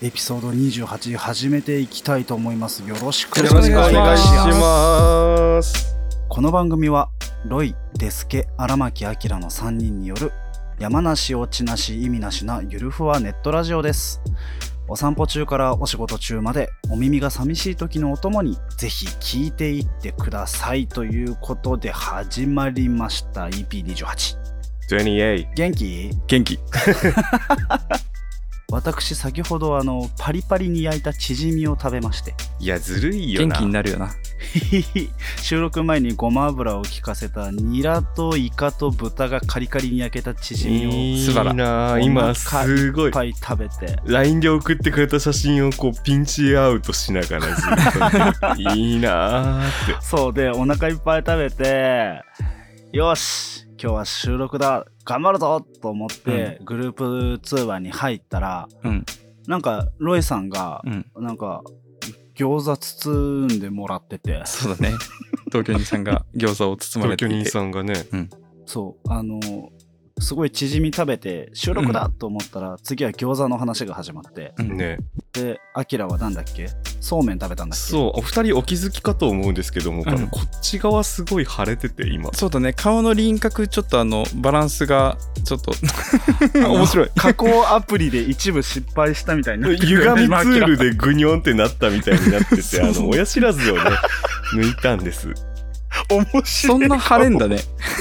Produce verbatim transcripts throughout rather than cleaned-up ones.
エピソードにじゅうはち始めていきたいと思います。よろしくおよろしくお願いします。 この番組はロイ、デスケ、荒牧明のさんにんによる山梨落ちなし意味なしなゆるふわネットラジオです。お散歩中からお仕事中までお耳が寂しい時のお供にぜひ聞いていってくださいということで始まりました イーピーにじゅうはち。 にじゅうはち元気？ 元気私先ほどあのパリパリに焼いたチヂミを食べまして、 いやずるいよな。 元気になるよな収録前にごま油を効かせたニラとイカと豚がカリカリに焼けたチヂミをいいな。今すごいいっぱい食べてライン で送ってくれた写真をこうピンチアウトしながらずっといいなーってそうでお腹いっぱい食べて、よし今日は収録だ頑張るぞと思って、うん、グループ通話に入ったら、うん、なんかロイさんが、うん、なんか餃子包んでもらってて、 そうだね東京にさんが餃子を包まれていて、 東京にさんがね、 うん、そうあのすごいチヂミ食べて収録だと思ったら、うん、次は餃子の話が始まって、 うん、ねでアキラはなんだっけ、そうめん食べたんだっけ。 そうお二人お気づきかと思うんですけども、うん、こっち側すごい腫れてて今。 そうだね、顔の輪郭ちょっとあのバランスがちょっと面白い加工アプリで一部失敗したみたいな歪みツールでグニョンってなったみたいになっててあの親知らずをね抜いたんです。 面白い。 そんな腫れんだね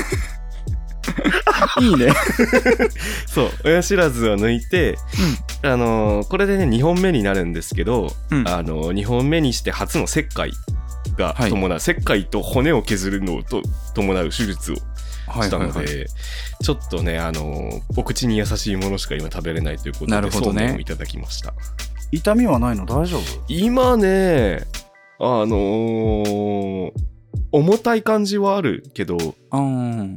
いいねそう親知らずを抜いて、うん、あのー、これでねにほんめになるんですけど、うん、あのー、にほんめにして初の切開が伴う、はい、切開と骨を削るのと伴う手術をしたので、はいはいはい、ちょっとね、あのー、お口に優しいものしか今食べれないということで、ね、そうめんをいただきました。 痛みはないの？大丈夫？ 今ねあのー重たい感じはあるけど、うん、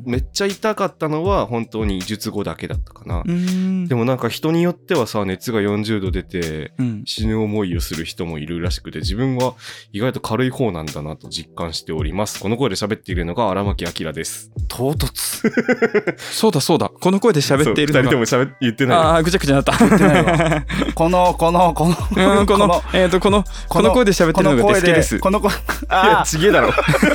めっちゃ痛かったのは本当に術後だけだったかな。うんでもなんか人によってはさ熱がよんじゅうど出て死ぬ思いをする人もいるらしくて、自分は意外と軽い方なんだなと実感しております。この声で喋っているのが荒牧明です。 唐突そうだそうだ、この声で喋っているのがふたりとも喋って言ってない。 ああぐちゃぐちゃになったこのこのこのうんこのえっ、ー、とこのこの声で喋ってるのがデスケです。 この声あいやちげえだろ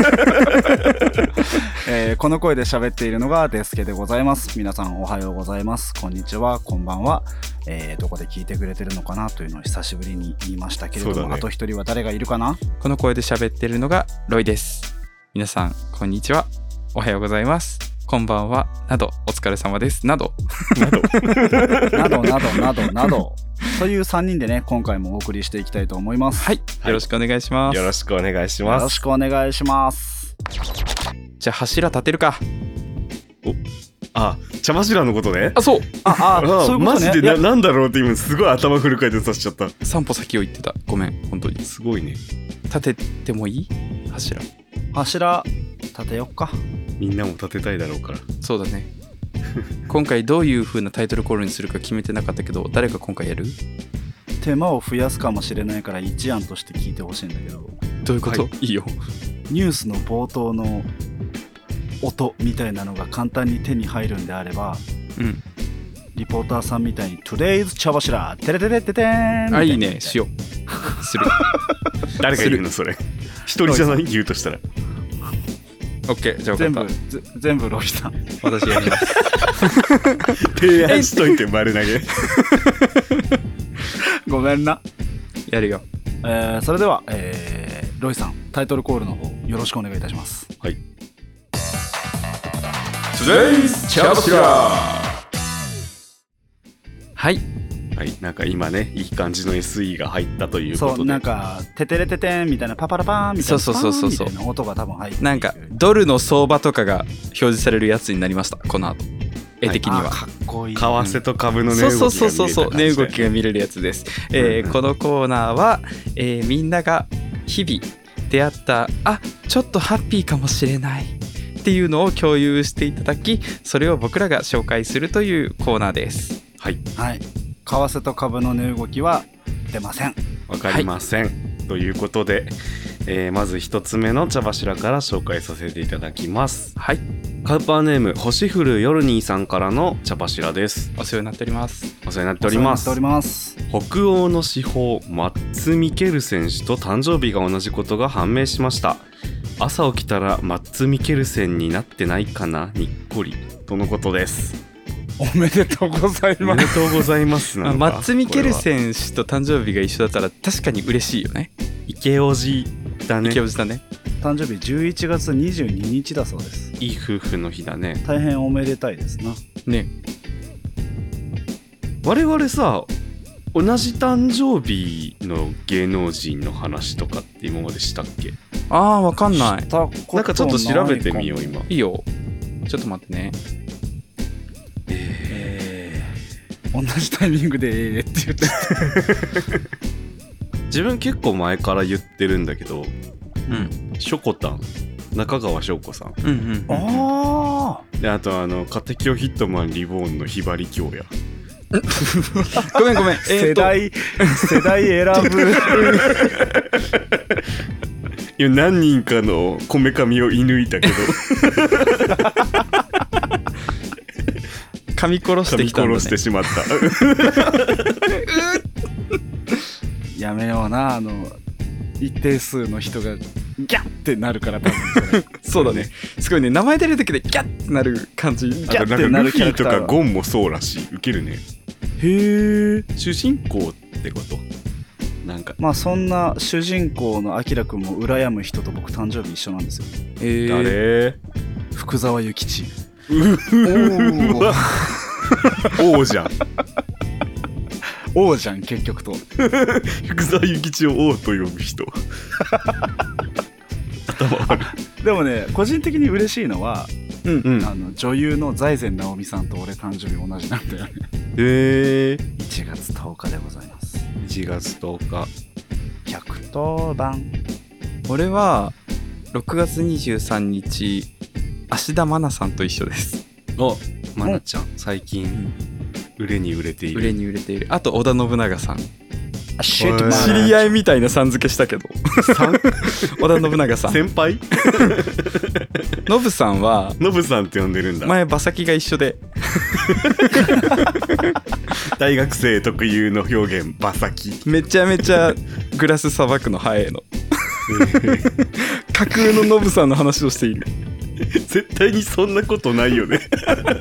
えー、この声で喋っているのがデスケでございます。皆さんおはようございます、こんにちは、こんばんは、えー、どこで聞いてくれてるのかなというのを久しぶりに言いましたけれども、ね、あと一人は誰がいるかな。 この声で喋っているのがロイです。皆さんこんにちは、おはようございます、こんばんは、などお疲れ様ですなどなどなどなどなどなどというさんにんでね今回もお送りしていきたいと思います。 はい、よろしくお願いします。 よろしくお願いします。 よろしくお願いします。 じゃあ柱立てるか。 おあ茶柱のことね。 あそうああそういうことね。 マジで な, なんだろうって今すごい頭フル回転させちゃった。 散歩先を言ってた。ごめん本当にすごいね。 立ててもいい？柱柱立てよっか。 みんなも立てたいだろうから。 そうだね今回どういう風なタイトルコールにするか決めてなかったけど、誰が今回やる？ 手間を増やすかもしれないから一案として聞いてほしいんだけど。 どういうこと？はい、いいよ。 ニュースの冒頭の音みたいなのが簡単に手に入るんであれば、うん、リポーターさんみたいに Today's 茶柱テレテレテテーンあいいねしようする誰が言うのそれ一人じゃない言うとしたらオッケーじゃあ分かった。 全部全部ロイさん私やります提案しといて丸投げごめんな。 やるよ。 えー、それでは、えー、ロイさんタイトルコールの方よろしくお願いいたします。 はい。 Today's 茶柱。はいはい、なんか今ねいい感じの エスイー が入ったということで、 そうなんかテテレテテンみたいなパパラパーンみたいなそうそうそうそうみたいな音が多分入っている。 なんかドルの相場とかが表示されるやつになりましたこの後。絵的には、はい、 かっこいい。 為替と株の値動きが見れた感じで、 そうそうそうそう値動きが見れるやつです、えー、このコーナーは、えー、みんなが日々出会ったあちょっとハッピーかもしれないっていうのを共有していただき、それを僕らが紹介するというコーナーです。 はい、 はい、為替と株の値動きは出ません。 わかりません、はい、ということで、えー、まず一つ目の茶柱から紹介させていただきます。 はい、 カウパーネーム星降るヨルニーさんからの茶柱です。 お世話になっております。 お世話になっております。 お世話になっております。 北欧の至宝マッツ・ミケルセン氏と誕生日が同じことが判明しました。朝起きたらマッツ・ミケルセンになってないかな、にっこりとのことです。 おめでとうございおます。 めでとうございますなのか。 マッツ・ミケルセン氏と誕生日が一緒だったら確かに嬉しいよね。 イケオジだね。 イケオジだね。 誕生日じゅういちがつにじゅうににちだそうです。 いい夫婦の日だね。 大変おめでたいですな。 ね。 我々さ、同じ誕生日の芸能人の話とかって今までしたっけ？ ああ、わかんない。 なんかちょっと調べてみよう今。 いいよ。ちょっと待ってね。 えー、同じタイミングでええって言っちゃった自分結構前から言ってるんだけど、 うん。 しょこたん、中川翔子さん。 うんうん。 あで、あとあのカテキョヒットマンリボーンのひばり京也。 ごめんごめん。 世代世代選ぶいや何人かのこめかみを射抜いたけど噛み殺してきたんだね。 噛み殺してしまったやめような、あの一定数の人がギャッってなるから多分それそうだね。すごいね。名前出るだけでギャッってなる感じ。 ギャッてなるキャラクタールフィとかゴンもそうらしい。ウケるね。 へえ。 主人公ってこと？なんかまあそんな主人公のアキラくんも羨む人と僕誕生日一緒なんですよ。 えー、 誰？ 福沢諭吉。 おおじゃん。 王じゃん結局と。 福沢諭吉を王と呼ぶ人。頭悪い。 でもね、個人的に嬉しいのは、 うんうん、 あの女優の財前直美さんと俺誕生日同じなんだよね。 へえー。 いちがつとおかでございます。 いちがつとおか。 ひゃくとおばん。 俺はろくがつにじゅうさんにち芦田愛菜さんと一緒です。 あ、愛菜ちゃん最近売れに売れている。 売れに売れている。あと織田信長さん。 シュートマン。 知り合いみたいなさん付けしたけど織田信長さん。 先輩？ ノブさんはノブさんって呼んでるんだ。 前馬先が一緒で大学生特有の表現馬先。 めちゃめちゃグラスさばくの早いの架空のノブさんの話をしている。 絶対にそんなことないよね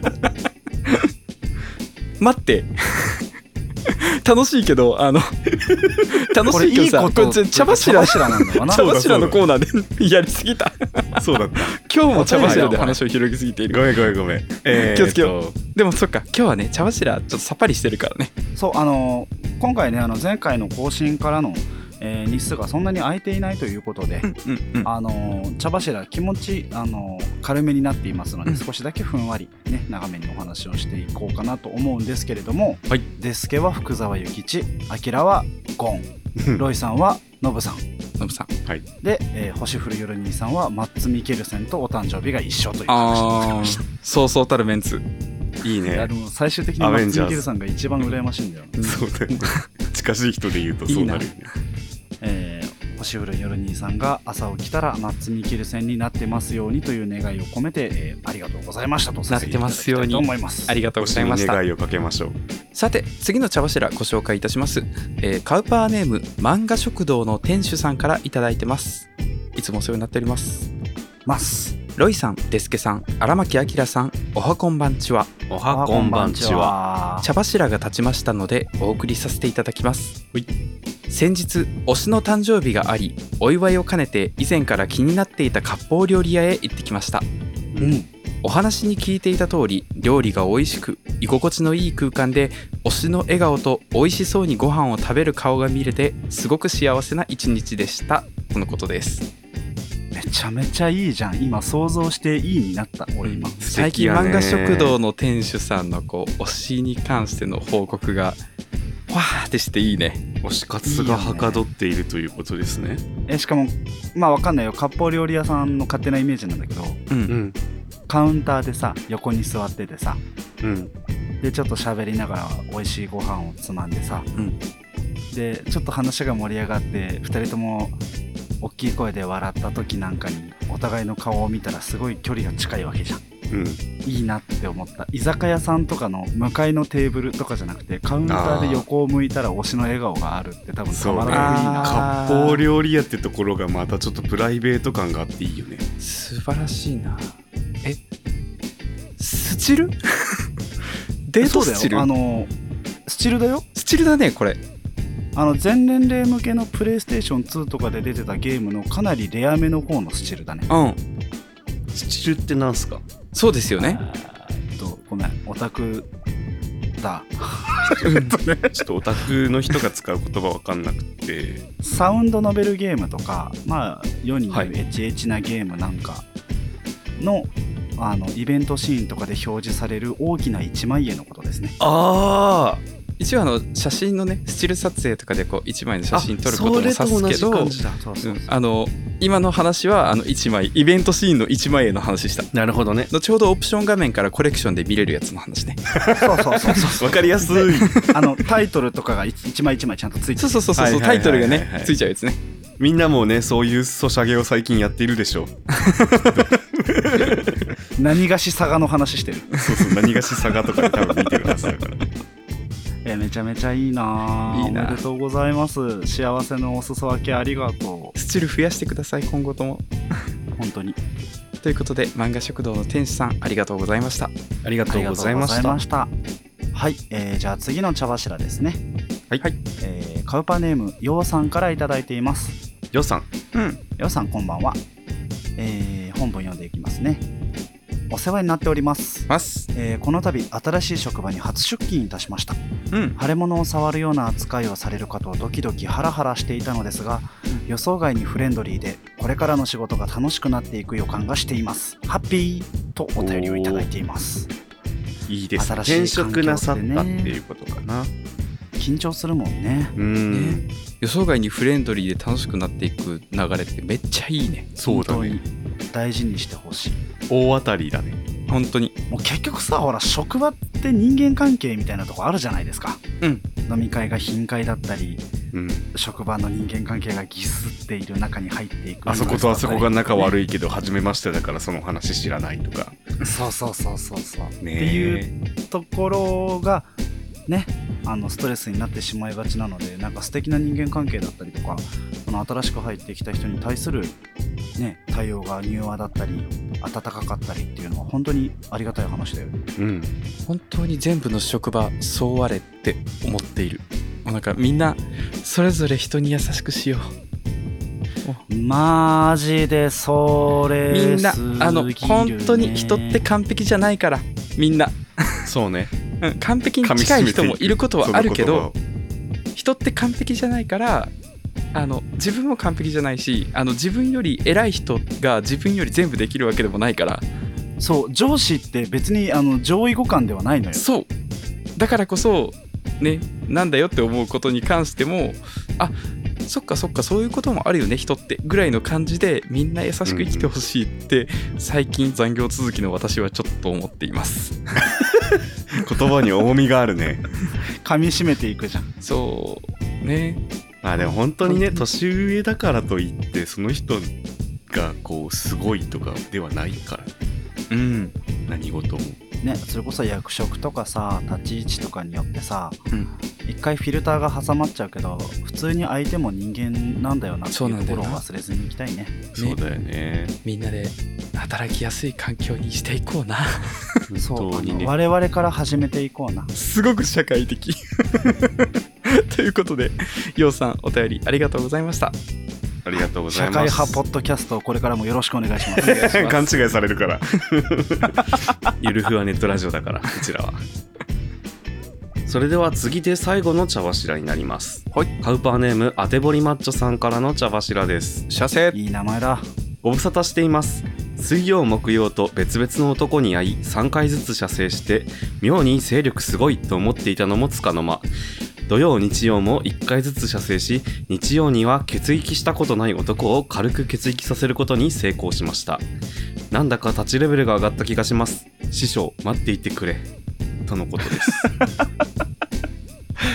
待って楽しいけど、あの楽しいけどさ、これ茶柱なんだわな。 茶柱のコーナーでやりすぎた。 そうだった。 今日も茶柱で話を広げすぎている。 ごめんごめんごめん、えー、 気をつけよう。でもそっか、今日はね茶柱ちょっとさっぱりしてるからね。 そう、あの今回ね、あの前回の更新からの、えー、日数がそんなに空いていないということで、 うんうんうん、 あの茶柱気持ちあの軽めになっていますので、うん、少しだけふんわりね長めにお話をしていこうかなと思うんですけれども、 はい、 デスケは福沢諭吉、アキラはゴン、ロイさんはノブさん、 ノブさん、 はい、 で、えー、星降る夜兄さんはマッツ・ミケルセンとお誕生日が一緒という話になりました。 そうそうたるメンツ。 いいね。 いやでも最終的にマッツ・ミケルさんが一番羨ましいんだよ、ね、 そうだよね。近しい人で言うとそうなるよね。 えー、星降る夜兄さんが朝起きたらマッツ・ミケルセンになってますようにという願いを込めて、えー、ありがとうございましたとさせていただきたいと思います。 ありがとうございました。 願いをかけましょう。 さて次の茶柱ご紹介いたします、えー、カウパーネーム漫画食堂の店主さんからいただいてます。いつもお世話になっておりますますロイさん、デスケさん、荒牧明さん、おはこんばんちは。 おはこんばんちは。 茶柱が立ちましたのでお送りさせていただきます。先日推しの誕生日があり、お祝いを兼ねて以前から気になっていた割烹料理屋へ行ってきました、 うん、 お話に聞いていた通り料理が美味しく居心地のいい空間で、推しの笑顔と美味しそうにご飯を食べる顔が見れてすごく幸せな一日でしたとのことです。 めちゃめちゃいいじゃん。今想像していいになった俺今、うん、 最近漫画食堂の店主さんのこう推しに関しての報告がわーってしていいね。 推し活がはかどっているということですね。 えしかもまあわかんないよ、割烹料理屋さんの勝手なイメージなんだけど、 うんうん、 カウンターでさ横に座っててさ、 うん、 でちょっと喋りながら美味しいご飯をつまんでさ、 うん、 でちょっと話が盛り上がってふたりとも大きい声で笑った時なんかにお互いの顔を見たらすごい距離が近いわけじゃん。 うん、 いいなって思った。居酒屋さんとかの向かいのテーブルとかじゃなくて、カウンターで横を向いたら推しの笑顔があるって多分たまらなくいいな。 割烹料理屋ってところがまたちょっとプライベート感があっていいよね。 素晴らしいな。えスチルデートスチル？ そうだよ、あのスチルだよ。 スチルだねこれ。 あの全年齢向けのプレイステーションツーとかで出てたゲームのかなりレアめの方のスチルだね。 うん。 スチルってなんすか？ そうですよね。 えっとごめん、オタクだ。 ちょっとオタクの人が使う言葉わかんなくて、 サウンドノベルゲームとか、まあ世に言はいうエチエチなゲームなんかの、あのイベントシーンとかで表示される大きな一枚絵のことですね。 ああ。一応あの写真のねスチル撮影とかでこう一枚の写真撮ることも指すけど、 それと同じ感じだ。 そうそうそう、 うん、あの今の話はあの一枚イベントシーンの一枚絵の話した。 なるほどね。 後ほどオプション画面からコレクションで見れるやつの話ね。 そうそうそうそうわかりやすい。 あのタイトルとかが一一枚一枚ちゃんとついてる。 そうそうそうそう、 はいはいはいはいタイトルがねついちゃうやつね。 みんなもね、そういうソシャゲを最近やっているでしょう。 何がし佐賀の話してる。 そうそう、何がし佐賀とかで多分見てるはずだから。 えめちゃめちゃいいな。 いいな。 おめでとうございます。幸せのお裾分けありがとスチル増やしてください今後とも。 う。本当に。 ということで漫画食堂の店主さんありがとうございました。 ありがとうございました。 ありがとうございました。はい、えー、じゃあ次の茶柱ですね。 はい、 えー、カウパーネームようさんからいただいています。 よさん。 うん。 ようさんこんばんは。えー、本文読んでいきますね。お世話になっております。 ます。 えー、この度新しい職場に初出勤いたしました。 うん。 腫れ物を触るような扱いをされるかとドキドキハラハラしていたのですが、予想外にフレンドリーでこれからの仕事が楽しくなっていく予感がしています。ハッピーとお便りをいただいています。 いいですね。 新しい環境ってね転職なさったっていうことかな。 緊張するもんね。 うん、 ね、予想外にフレンドリーで楽しくなっていく流れってめっちゃいいね。 そうだね。 本当に大事にしてほしい。 大当たりだね。 本当に。 もう結局さ、ほら職場って人間関係みたいなとこあるじゃないですか。 うん。 飲み会が頻回だったり、 うん、 職場の人間関係がギスっている中に入っていく。 あそことあそこが仲悪い。 いけど初めましてだからその話知らないとか。 そうそうそうそうそう。 ね、 っていうところがね、あのストレスになってしまいがちなので、なんか素敵な人間関係だったりとか、その新しく入ってきた人に対するね、対応が柔和だったり温かかったりっていうのは本当にありがたい話だよ。 うん。 本当に全部の職場そうあれって思っている。なんかみんなそれぞれ人に優しくしよう。マジでそれみんなすぎるね。 あの本当に人って完璧じゃないからみんな。 そうね。 うん、完璧に近い人もいることはあるけど、人って完璧じゃないからあの自分も完璧じゃないし、あの自分より偉い人が自分より全部できるわけでもないから。 そう上司って別にあの上位互換ではないのよ。 そうだからこそね、なんだよって思うことに関しても、あそっかそっかそういうこともあるよね人ってぐらいの感じでみんな優しく生きてほしいって最近残業続きの私はちょっと思っています。 言葉に重みがあるね。 噛み締めていくじゃん。 そうね。 あでも本当にね、年上だからといってその人がこうすごいとかではないから、 うん、 何事もね、それこそ役職とかさ立ち位置とかによってさ、 うん、 一回フィルターが挟まっちゃうけど普通に相手も人間なんだよなっていうところを忘れずにいきたいね。 そうだよね。 みんなで働きやすい環境にしていこうな。 そう本当にね、 我々から始めていこうな。 すごく社会的。ということでようさんお便りありがとうございました。 ありがとうございます。 社会派ポッドキャストをこれからもよろしくお願いします。 勘違いされるから。ゆるふわネットラジオだからこちらは。それでは次で最後の茶柱になります。 はい。 カウパーネームあてぼりマッチョさんからの茶柱です。 射精。 いい名前だ。 ご無沙汰しています。水曜木曜と別々の男に会いさんかいずつ射精して妙に勢力すごいと思っていたのもつかの間、土曜日曜もいっかいずつ射精し、日曜には血液したことない男を軽く血液させることに成功しました。なんだか立ちレベルが上がった気がします。師匠待っていてくれとのことです。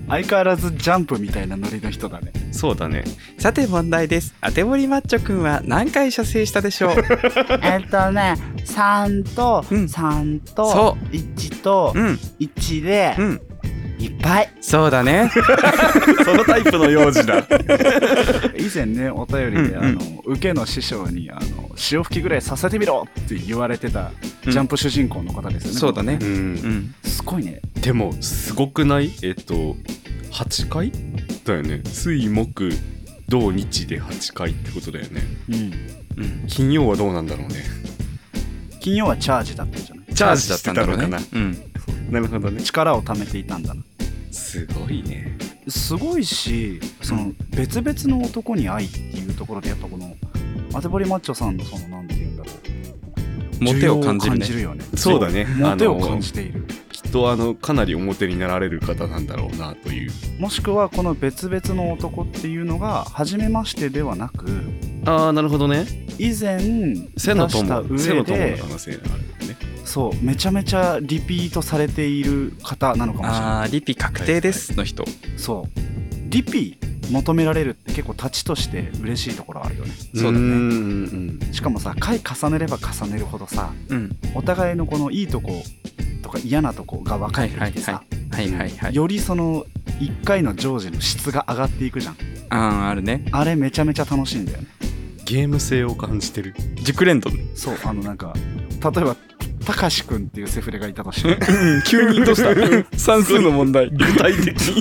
相変わらずジャンプみたいなノリの人だね。 そうだね。 さて問題です。あてぼりマッチョくんは何回射精したでしょう？ えっとねさんとうんさんそといちとうんいちでうんいっぱい。 そうだね。 そのタイプの幼児だ。 以前ねお便りで、 うんうんあの受けの師匠にあの潮吹きぐらいさせてみろって言われてたジャンプ主人公の方ですよね。 そうだねう。。 うんん。 すごいね。 でもすごくない？えっとはちかいだよね。水木土日ではちかいってことだよね。 うん。 うん。 金曜はどうなんだろうね。 金曜はチャージだったんじゃない？ チャージだったんだろうね。 チャージしてたのうん。 なるほどね。 力を貯めていたんだな。 すごいね。 すごいし、その別々の男に愛っていうところでやっぱこのあてぼりマッチョさんのそのなんていうんだろう、 モテを感じるね。 需要を感じるよね。 そうだね。 モテをあの感じている。 きっとあのかなり表になられる方なんだろうなという。 もしくはこの別々の男っていうのが初めましてではなく、 ああなるほどね。 以前背の友出した背の友の上で、 可能性があるよね。 そうめちゃめちゃリピートされている方なのかもしれない。 ああ、リピ確定ですの人。 そうリピ求められるって結構立ちとして嬉しいところあるよね。 そうだねんうんしかもさ回重ねれば重ねるほどさ、 うん。 お互いのこのいいとことか嫌なとこが分かってきてさ、 はいはいはい。 よりそのいっかいの常時の質が上がっていくじゃん。 ああ、あるね。 あれめちゃめちゃ楽しいんだよね。 ゲーム性を感じてる。 熟練度。 そうあのなんか例えばたかしくんっていうセフレがいたとしてうん、急にどうした算数の問題。 具体的に。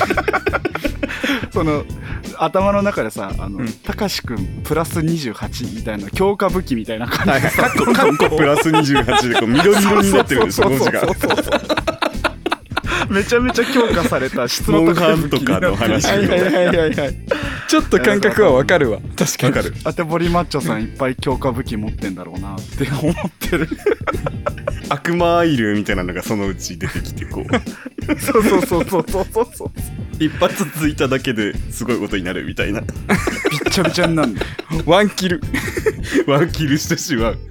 その頭の中でさあの、 うんたかしくんプラスにじゅうはちみたいな強化武器みたいな感じでカッコカッコプラスにじゅうはちでこう緑色になってるんですよ文字が。 そうそうそうそうめちゃめちゃ強化された質の高い武器になってる。 モンハンとかの話はいはいはいはいはい。ちょっと感覚はわかるわ。確かに。 わかる。 あてぼりマッチョさんいっぱい強化武器持ってんだろうなって思ってる。 悪魔アイルみたいなのがそのうち出てきてこうそうそうそうそうそうそうそう一発ついただけですごいことになるみたいな。 びっちゃびちゃになるんだよ。 ワンキル。 ワンキルしてしまう。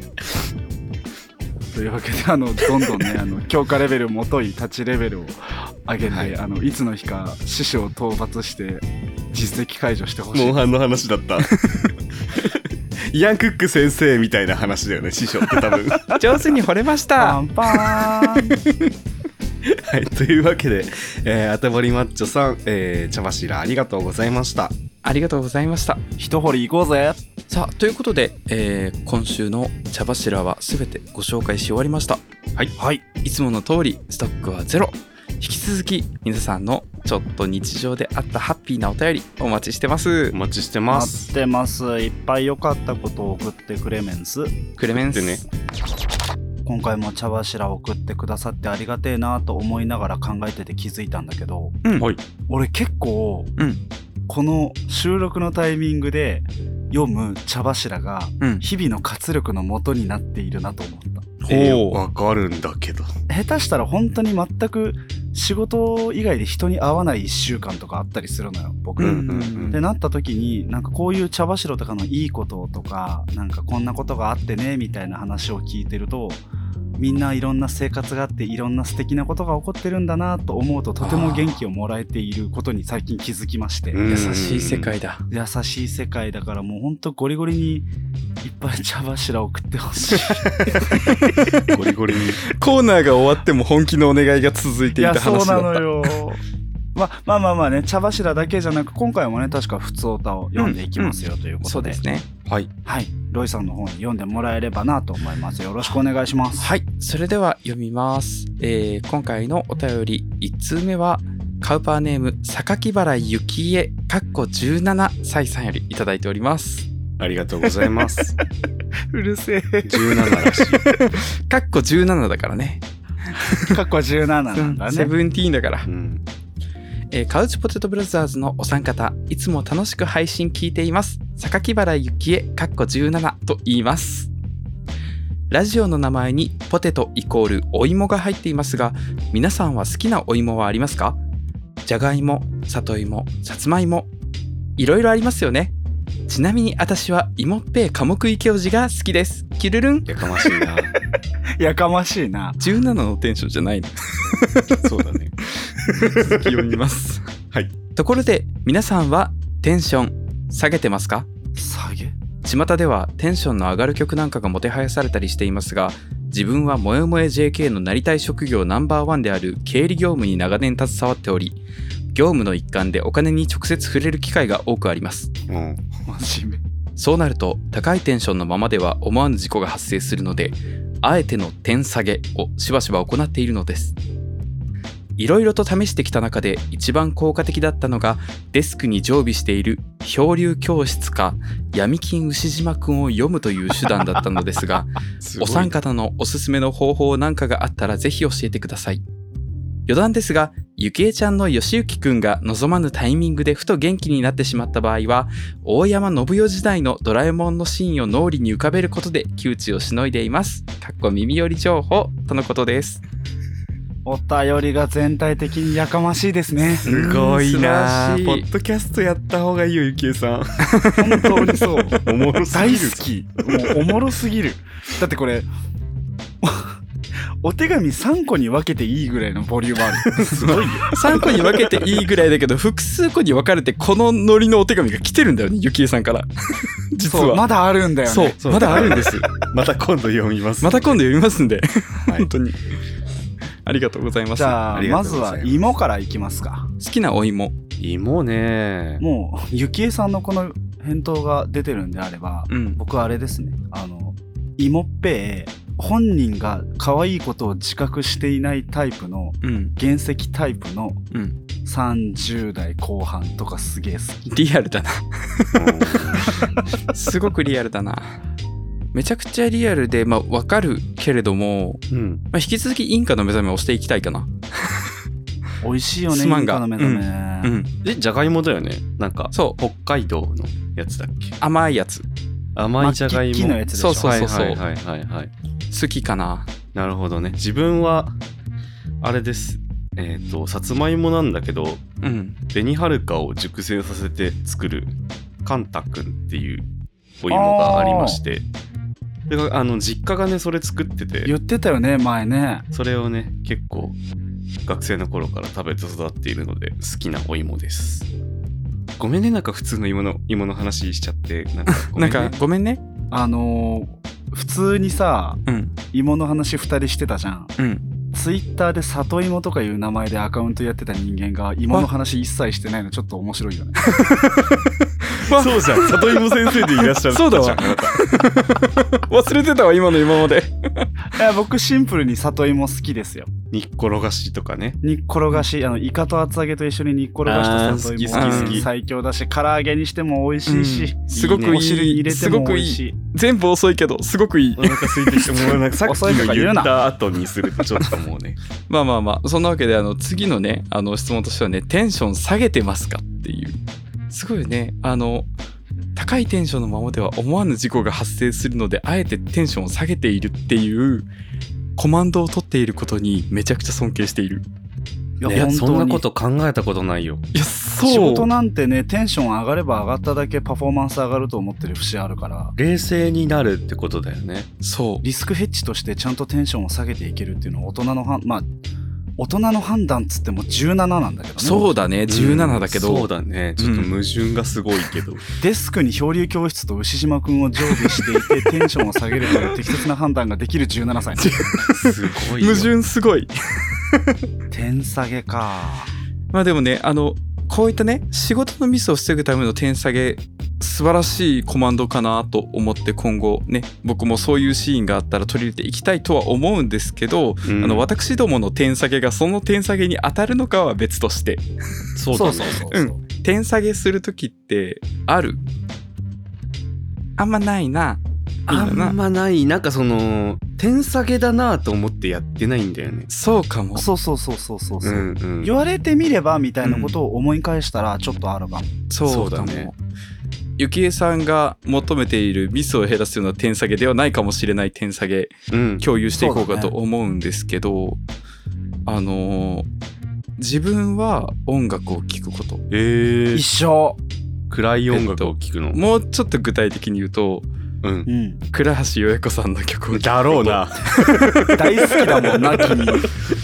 というわけであのどんどんねあの強化レベルもとい立ちレベルを上げて、 はいい、あのいつの日か師匠を討伐して実績解除してほしい。 モンハンの話だったイアン・クック先生みたいな話だよね師匠って多分上手に掘れましパた。 ンパーンはいというわけで、えー、あてぼりマッチョさん、えー、茶柱ありがとうございました。 ありがとうございました。 一掘り行こうぜ。 さあということで、えー今週の茶柱はすべてご紹介し終わりました。 はいはいいつもの通りストックはゼロ。引き続き皆さんのちょっと日常であったハッピーなお便りお待ちしてますお。待ちしてます。 待ってます。いっぱい良かったことを送ってくれメンス。 クレメンス。 でね今回も茶柱を送ってくださってありがてえなと思いながら考えてて気づいたんだけど、 うん。 はい俺結構うん。ここの収録のタイミングで読む茶柱がうん。 日々の活力の元になっているなと思った。 えーおーわかるんだけど下手したら本当に全く仕事以外で人に会わないいっしゅうかんとかあったりするのよ僕、 うんうんうんでなった時になんかこういう茶柱とかのいいこととかなんかこんなことがあってねみたいな話を聞いてるとみんないろんな生活があっていろんな素敵なことが起こってるんだなと思うととても元気をもらえていることに最近気づきまして、 うん優しい世界だ。 優しい世界だからもうほんとゴリゴリにいっぱい茶柱送ってほしい。 ゴリゴリにコーナーが終わっても本気のお願いが続いていたいやそう話だった。 なのよ。まあまあまあまあね茶柱だけじゃなく今回もね確か普通歌を読んでいきますよということで、 そうですね。 はいはいロイさんの方に読んでもらえればなと思います。よろしくお願いします。 はい、それでは読みます。えー今回のお便りいちつうめはカウパーネーム榊原幸恵かっこじゅうなな歳さんよりいただいております。 ありがとうございますうるせえ。 じゅうなならしい、 かっこじゅうななだからね。 過去じゅうなななんだね。 セブンティーンだから。 うん、 えーカウチポテトブラザーズのお三方、いつも楽しく配信聞いています。榊原幸恵かっこじゅうななと言います。ラジオの名前にポテトイコールお芋が入っていますが、皆さんは好きなお芋はありますか？じゃがいも、里芋、さつまいも、いろいろありますよね。ちなみに私は芋っぺい寡黙池おじが好きです。キルルン。 やかましいなやかましいな。 じゅうななのテンションじゃないの。 そうだね続き読みますはい。 ところで皆さんはテンション下げてますか？ 下げ巷ではテンションの上がる曲なんかがもてはやされたりしていますが、自分はもえもえ ジェーケー のなりたい職業ナンバーワンである経理業務に長年携わっており、業務の一環でお金に直接触れる機会が多くあります。 うん。 真面目。 そうなると高いテンションのままでは思わぬ事故が発生するので、あえての点下げをしばしば行っているのです。いろいろと試してきた中で一番効果的だったのが、デスクに常備している漂流教室か闇金牛島くんを読むという手段だったのですがお三方のおすすめの方法なんかがあったらぜひ教えてください。余談ですが、ゆきえちゃんのよしゆきくんが望まぬタイミングでふと元気になってしまった場合は、大山信代時代のドラえもんのシーンを脳裏に浮かべることで窮地をしのいでいます。かっこ耳寄り情報とのことです。 お便りが全体的にやかましいですね。 すごいな。 素晴らしいポッドキャストやった方がいいよ、ゆきえさん。 本当にそう。 おもろすぎ大る。 好き。もうおもろすぎる。だってこれお手紙さんこに分けていいぐらいのボリュームある。すごいよ。 さんこに分けていいぐらいだけど、複数個に分かれてこのノリのお手紙が来てるんだよね、ゆきえさんから実はそうまだあるんだよね。 そうそうまだあるんですまた今度読みます。 また今度読みますんで、 はい本当にありがとうございます。 じゃあありがまずとうございますは芋からいきますか。 好きなお芋。 芋ね。 もうゆきえさんのこの返答が出てるんであれば、 うん僕はあれですね、あの芋っぺ本人が可愛いことを自覚していないタイプのうん原石タイプのうんさんじゅう代後半とかすげえ好き。 リアルだなすごくリアルだな。めちゃくちゃリアルで、まあわかるけれども、 うん。 まあ、引き続きインカの目覚めをしていきたいかな。 美味しいよね、 すまんがインカの目覚め、 うんえ、じゃがいもだよね。なんか、 そう北海道のやつだっけ。 甘いやつ甘いじゃがいも。 末期のやつでしょ。 そうそうそうはいはいはいはいはい。 好きかな。 なるほどね。自分は、あれです。えっ、と、さつまいもなんだけど、 うん紅はるかを熟成させて作るカンタくんっていうお芋がありまして、であの実家がねそれ作ってて、 言ってたよね前ね。 それをね結構学生の頃から食べて育っているので好きなお芋です。ごめんね、なんか普通の芋の芋の話しちゃってなんかごめねなんんかごめんね。 あのー、普通にさうん芋の話ふたりしてたじゃん。 うんツイッターで里芋とかいう名前でアカウントやってた人間が芋の話一切してないのちょっと面白いよね。 そうじゃん、里芋先生でいらっしゃるそうだわじゃんあなた忘れてたわ今の今まで。 いや僕シンプルに里芋好きですよ。 煮っころがしとかね。 煮っころがし、あのイカと厚揚げと一緒に煮っころがした里芋あー好き好き好き最強だし、唐揚げにしても美味しいし、 うんすごくいいお汁に入れてすごくいいも美味しい。 全部遅いけどすごくいい。 お腹空いてきてもうなんかさっき遅いとかの言言うなった後にするとちょっともうねまあまあまあそんなわけで、あの次のねあの質問としてはね、テンション下げてますかっていう。すごいね、あの高いテンションのままでは思わぬ事故が発生するのであえてテンションを下げているっていうコマンドを取っていることにめちゃくちゃ尊敬している。 いや、 いや本当にそんなこと考えたことないよ。 いやそう仕事なんてね、テンション上がれば上がっただけパフォーマンス上がると思ってる節あるから、 冷静になるってことだよね。 そうリスクヘッジとしてちゃんとテンションを下げていけるっていうのは大人のはんまあ大人の判断っつってもじゅうなななんだけどね。 そうだねじゅうななだけど、 うんそうだね、ちょっと矛盾がすごいけど、 デスクに漂流教室と牛島くんを常備していてテンションを下げるという適切な判断ができるじゅうななさいなんだよすごいよ。 矛盾すごい。 点下げか。 まあでもね、あのこういったね仕事のミスを防ぐための点下げ、素晴らしいコマンドかなと思って、今後ね僕もそういうシーンがあったら取り入れていきたいとは思うんですけど、 うんあの私どもの点下げがその点下げに当たるのかは別として、 そうだね。 そうそううん点下げするときってある？あんまないな。 あみんななんまない。なんかその点下げだなと思ってやってないんだよね。 そうかも。 そうそうそうそうそうそう、 うんうん。 言われてみればみたいなことを思い返したらちょっとあるかも。 そうかも。 そうだねゆきえさんが求めているミスを減らすような点下げではないかもしれない点下げうん。 共有していこうかとそうだね思うんですけど、あのー自分は音楽を聴くこと。 えー一、緒。 暗い音楽を聴くの。 もうちょっと具体的に言うと、 うん。 うん。 倉橋よえ子さんの曲を聴くこと。 だろうな。 大好きだもんな君。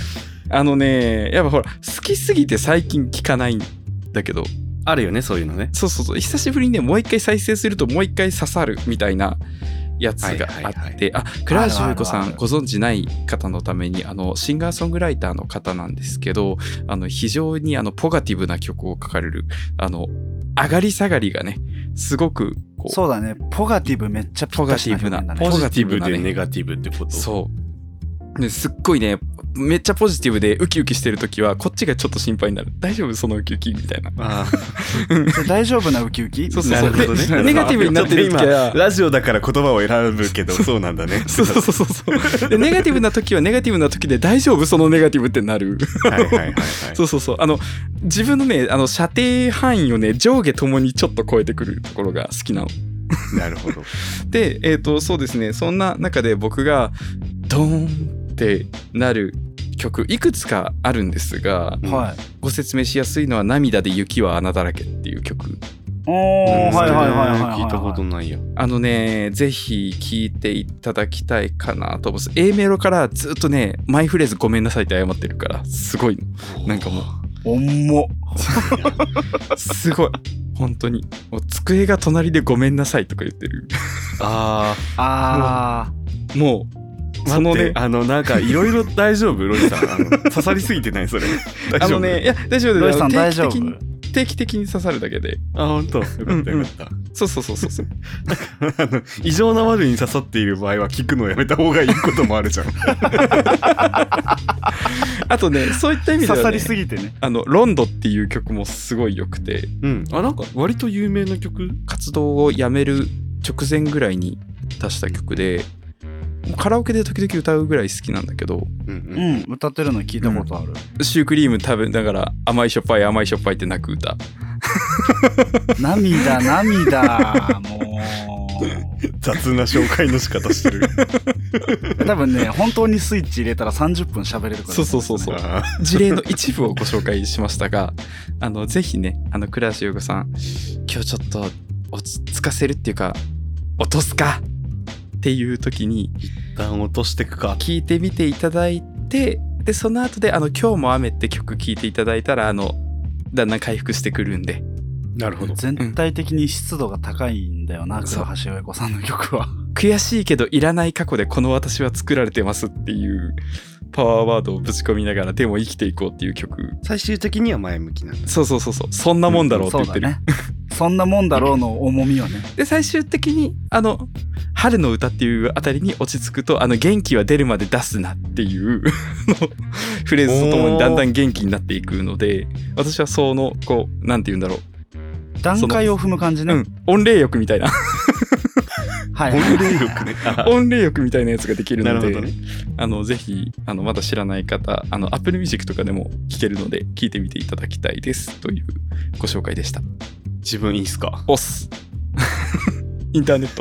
あのねやっぱほら好きすぎて最近聞かないんだけど、 あるよねそういうのね。 そうそうそう、久しぶりにねもう一回再生するともう一回刺さるみたいなやつがあって、 はいはいはい、 あ、倉橋由子さあるあるあるんご存知ない方のために、あのシンガーソングライターの方なんですけど、あの非常にあのポガティブな曲を書かれる、あの上がり下がりがねすごくこう、 そうだね、ポガティブめっちゃぴったしな表現だね。 ポジティブポガティブなねでネガティブってこと。 そうですっごいねめっちゃポジティブでウキウキしてるときはこっちがちょっと心配になる。大丈夫そのウキウキみたいな。 あ大丈夫なウキウキ。 そうそうなるほどね。 でネガティブになってる時は今ラジオだから言葉を選ぶけどそうなんだね。 そうそうそうそうでネガティブな時はネガティブな時で大丈夫そのネガティブってなる。 はいはいはいはい。 そうそうそう、あの自分のねあの射程範囲をね上下ともにちょっと超えてくるところが好きなの。 なるほど。 でえっ、ー、とそうですね、そんな中で僕がドーンってなる曲いくつかあるんですが、 はい。 ご説明しやすいのは涙で雪は穴だらけっていう曲。 おー、はいはいはいはいはい。 聞いたことないや。 あのねぜひ聴いていただきたいかなと思います。 A メロからずっとねマイフレーズごめんなさいって謝ってるからすごいの、なんかもう重っ。 すごい本当にもう机が隣でごめんなさいとか言ってる。 ああもうあ、 そのね待ってあのなんかいろいろ大丈夫ロイさん、あの刺さりすぎてないそれ。大丈夫。 あのねいや大丈夫ー、ロイさん大丈夫定期的に定期的に刺さるだけで。 あ、本当。よかったよかった。 そうそうそうそうそうあの異常なまでに刺さっている場合は聞くのをやめた方がいいこともあるじゃん。 あとねそういった意味では、ね、 刺さりすぎてね。 あのロンドっていう曲もすごい良くて、 うん。あ、なんか割と有名な曲。 活動をやめる直前ぐらいに出した曲で、カラオケで時々歌うぐらい好きなんだけど、 うんううん。 ん、歌ってるの聞いたことある。 シュークリーム食べながら甘いしょっぱい甘いしょっぱいって泣く歌。 涙涙もう。 雑な紹介の仕方してる。 多分ね本当にスイッチ入れたらさんじゅっぷん喋れるから、ね。 そうそうそうそうあ事例の一部をご紹介しましたが、あのぜひねあの倉橋優子さん今日ちょっと落ち着かせるっていうか落とすかっていう時に一旦落としてくか。 聞いてみていただいて、でその後であの今日も雨って曲聴いていただいたらあのだんだん回復してくるんで。 なるほど。 全体的に湿度が高いんだよな、倉橋由子さんの曲は。 悔しいけどいらない過去でこの私は作られてますっていうパワーワードをぶち込みながらでも生きていこうっていう曲。 最終的には前向きなんだ。 そうそうそうそうそんなもんだろうって言ってる、 そうだね。そんなもんだろうの重みをね。 で最終的にあの春の歌っていうあたりに落ち着くと、あの元気は出るまで出すなっていうフレーズとともにだんだん元気になっていくので、私はそのこうなんて言うんだろう、 段階を踏む感じね。 うん、御礼欲みたいなはい。 本霊力ね。 御礼欲みたいなやつができるので、 なるほどね。 あのぜひあのまだ知らない方、あの Apple Music とかでも聴けるので聴いてみていただきたいですというご紹介でした。 自分いいっすか。 オスインターネット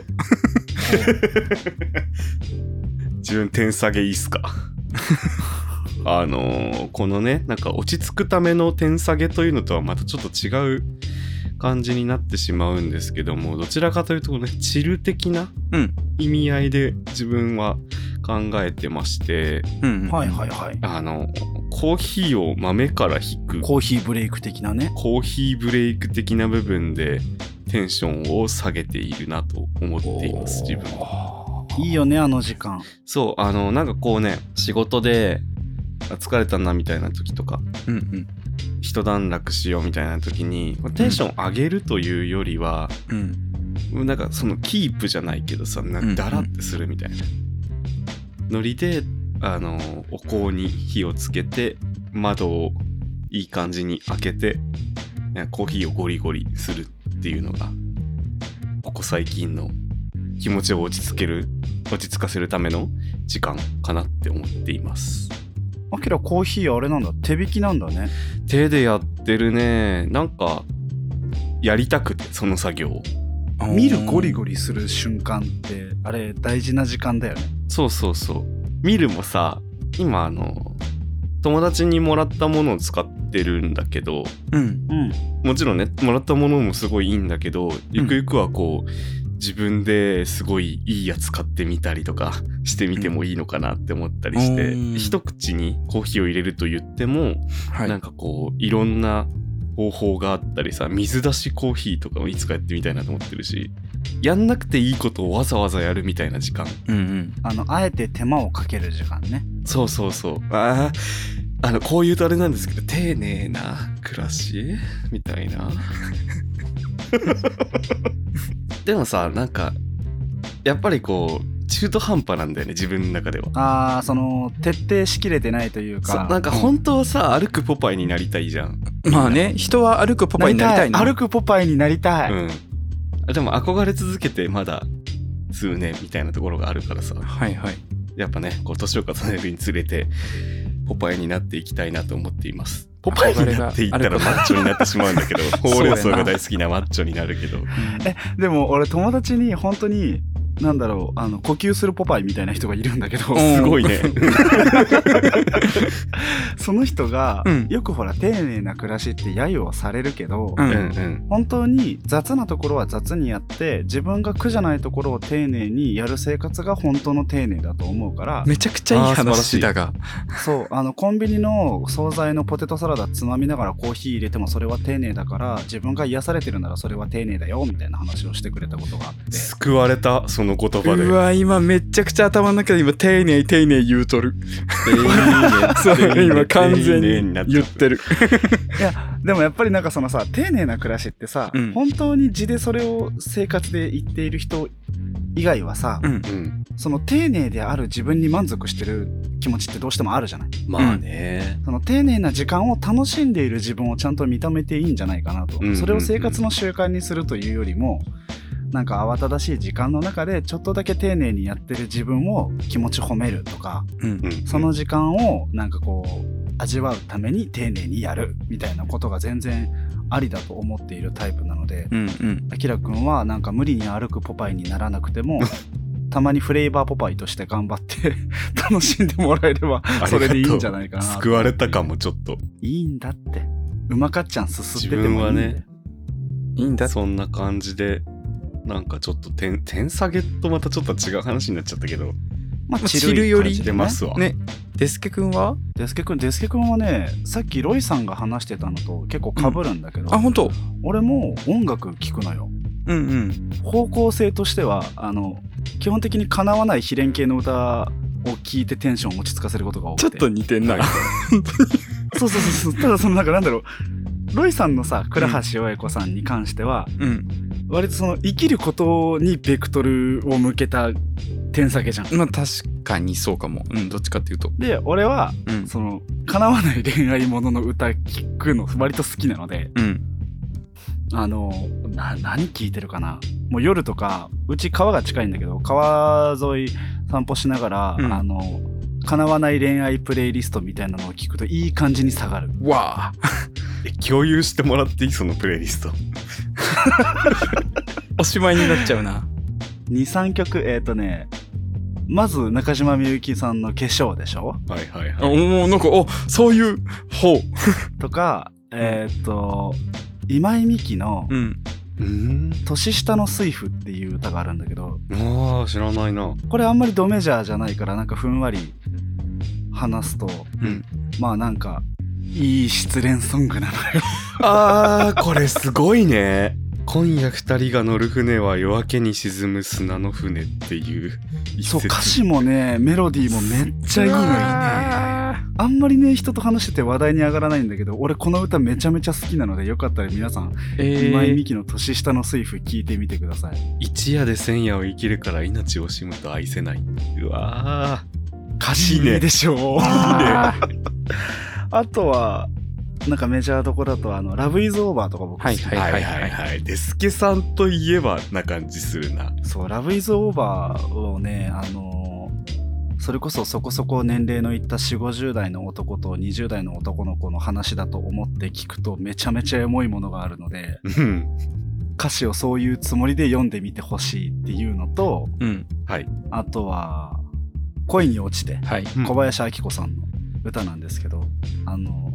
自分点下げいいっすか。あのー、このねなんか落ち着くための点下げというのとはまたちょっと違う感じになってしまうんですけども、どちらかというとねチル的な意味合いで自分は考えてまして、 うんうん、 はいはいはい。 あのコーヒーを豆から引くコーヒーブレイク的なね。 コーヒーブレイク的な部分でテンションを下げているなと思っています自分は。 いいよねあの時間。 そう、あのなんかこうね仕事で疲れたなみたいな時とか、 うんうん、 一段落しようみたいな時にテンション上げるというよりは、 うん、 なんかそのキープじゃないけどさ、なんかダラってするみたいなノリで、あのお香に火をつけて窓をいい感じに開けてコーヒーをゴリゴリするっていうのがここ最近の気持ちを落ち着ける落ち着かせるための時間かなって思っています。 あきらコーヒーあれなんだ、手引きなんだね。 手でやってるね。なんかやりたくてその作業を見るゴリゴリする瞬間ってあれ大事な時間だよね。 そうそうそう。見るもさ、今あの友達にもらったものを使ってるんだけど、 うんうん、 もちろんねもらったものもすごいいいんだけど、ゆくゆくはこう自分ですごいいいやつ買ってみたりとかしてみてもいいのかなって思ったりして、うん、一口にコーヒーを入れると言っても、はい、なんかこういろんな方法があったりさ、水出しコーヒーとかもいつかやってみたいなと思ってるし、やんなくていいことをわざわざやるみたいな時間、 うんうん、あのあえて手間をかける時間ね。 そうそうそう。ああのこういうとあれなんですけど、丁寧な暮らしみたいなでもさ、なんかやっぱりこう中途半端なんだよね、自分の中では。 ああ、その徹底しきれてないというか。 なんか本当はさ、歩くポパイになりたいじゃん。 まあね、人は歩くポパイになりたいな。 歩くポパイになりたい。 うん。でも憧れ続けてまだ数年みたいなところがあるからさ。 はいはい。 やっぱね、こう年を重ねるにつれてポパイになっていきたいなと思っています。ポパイになっていったらマッチョになってしまうんだけど、ほうれん草が大好きなマッチョになるけど。 え、でも俺友達に本当になんだろう、あの呼吸するポパイみたいな人がいるんだけど、 すごいねその人が、うん、よくほら丁寧な暮らしって揶揄をされるけど、うんうん、本当に雑なところは雑にやって自分が苦じゃないところを丁寧にやる生活が本当の丁寧だと思うから。 めちゃくちゃいい話だが、 そう、あのコンビニの惣菜のポテトサラダつまみながらコーヒー入れてもそれは丁寧だから、自分が癒されてるならそれは丁寧だよみたいな話をしてくれたことがあって、 救われた。その言葉で。 うわ、今めちゃくちゃ頭の中で今丁寧丁寧言うとる。そう今完全に言ってる。 いやでもやっぱりなんかそのさ、丁寧な暮らしってさ、うん、本当に地でそれを生活で言っている人以外はさ、うん、その丁寧である自分に満足してる気持ちってどうしてもあるじゃない。 まあね、 その丁寧な時間を楽しんでいる自分をちゃんと認めていいんじゃないかなと、うんうんうん、それを生活の習慣にするというよりも、なんか慌ただしい時間の中でちょっとだけ丁寧にやってる自分を気持ち褒めるとか、うんうん、その時間をなんかこう味わうために丁寧にやるみたいなことが全然ありだと思っているタイプなので、うんうん、あきらくんはなんか無理に歩くポパイにならなくてもたまにフレーバーポパイとして頑張って楽しんでもらえればそれでいいんじゃないかな。 救われたかも。ちょっといいんだって、うまかっちゃんすすっててもいいんだよ。自分はね、 いいんだ。 そんな感じでなんかちょっと点点下げとまたちょっと違う話になっちゃったけど、 まあ、チルより出ますわ。 ね、デスケ君はデスケ君デスケ君はね、さっきロイさんが話してたのと結構被るんだけど、うん、 あ、本当？ 俺も音楽聴くのよ。 うんうん。 方向性としてはあの基本的に叶わない非連系の歌を聴いてテンションを落ち着かせることが多くて。 ちょっと似てんな。 そうそうそうそう。ただそのなんかなんだろう、ロイさんのさ、倉橋親子さんに関しては、うん、割とその生きることにベクトルを向けた点下げじゃん。 まあ確かにそうかも。うん、どっちかっていうと。 で、俺は、うん、その叶わない恋愛ものの歌聞くの割と好きなので、うん、あのな何聞いてるかな。もう夜とか、うち川が近いんだけど、川沿い散歩しながら、うん、あの叶わない恋愛プレイリストみたいなのを聞くといい感じに下がる。 わあ。 え、共有してもらっていい？そのプレイリスト。 おしまいになっちゃうな。 にさんきょく、えっ、ー、とね、まず中島みゆきさんの化粧でしょ。 はいはいはい。 おお、なんかおそういう方とか、えっ、ー、と今井美樹の、うん、うん年下の水夫っていう歌があるんだけど、 ああ知らないな。 これあんまりドメジャーじゃないからなんかふんわり話すと、うん、まあなんかいい失恋ソングなのよ。 あーこれすごいね。今夜二人が乗る船は夜明けに沈む砂の船っていう一節。 そう、歌詞もねメロディーもめっちゃいいのよね。あんまりね人と話してて話題に上がらないんだけど、俺この歌めちゃめちゃ好きなので、よかったら皆さん、えー、今井美樹の年下の水夫聞いてみてください。 一夜で千夜を生きるから命を惜しむと愛せない。うわー歌詞ね。 いいでしょう。いいね。あとはなんかメジャーどこだとあのラブイズオーバーとか僕好き。 はいはいはいはいはい。デスケさんといえばな感じするな。 そう、ラブイズオーバーをね、あのー、それこそそこそこ年齢のいったよんじゅうごじゅう代の男とにじゅう代の男の子の話だと思って聞くとめちゃめちゃエモいものがあるので、歌詞をそういうつもりで読んでみてほしいっていうのと、うん、はい、あとは恋に落ちて、はい、小林明子さんの歌なんですけど、あの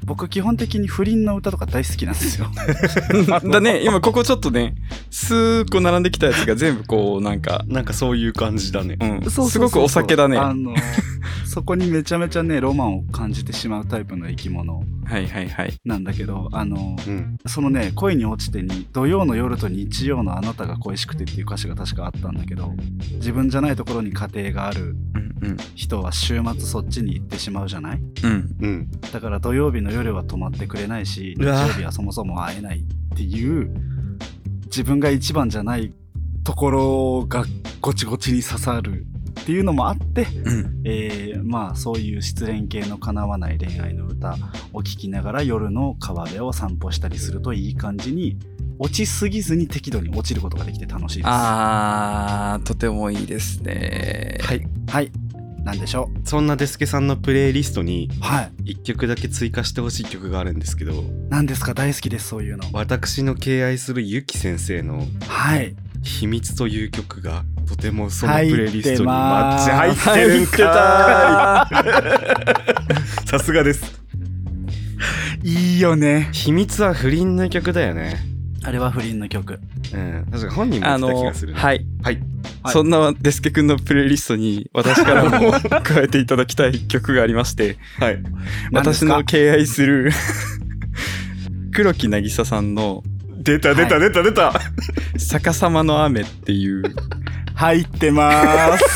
僕基本的に不倫の歌とか大好きなんですよだね、今ここちょっとねスーッこう並んできたやつが全部こうなんかなんかそういう感じだね。 うん、 そうそうそうそうすごくお酒だね。 あのそこにめちゃめちゃねロマンを感じてしまうタイプの生き物はいはいはいなんだけど、あの、 うん、 そのね恋に落ちてに土曜の夜と日曜のあなたが恋しくてっていう歌詞が確かあったんだけど、自分じゃないところに家庭があるうん人は週末そっちに行ってしまうじゃない。 うんうんだから土曜日の夜は泊まってくれないし日うわ曜日はそもそも会えないっていう自分が一番じゃないところがゴチゴチに刺さるっていうのもあって、 うんえー、まあそういう失恋系の叶わない恋愛の歌を聴きながら夜の川辺を散歩したりするといい感じに落ちすぎずに適度に落ちることができて楽しいです。 あーとてもいいですね。 はいはい、なんでしょう。 そんなデスケさんのプレイリストにはいいっきょくだけ追加してほしい曲があるんですけど、 何ですか。大好きですそういうの。 私の敬愛するゆき先生のはい秘密という曲がとてもそのプレイリストにマッチ入入ってるんかいさすがです。 いいよね。 秘密は不倫の曲だよね。 あれは不倫の曲。 うん確か本人も言あってた気のがする、ね、 はい、 はいはいそんなデスケ君のプレイリストに私からも加えていただきたい曲がありましてはい私の敬愛する黒木渚さんの出た出た出た出た、 逆さまの雨っていう入ってまーす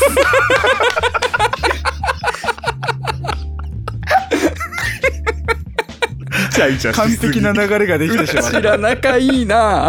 イチャイチャし完すぎ璧な流れができてしまった。 知ら仲いいな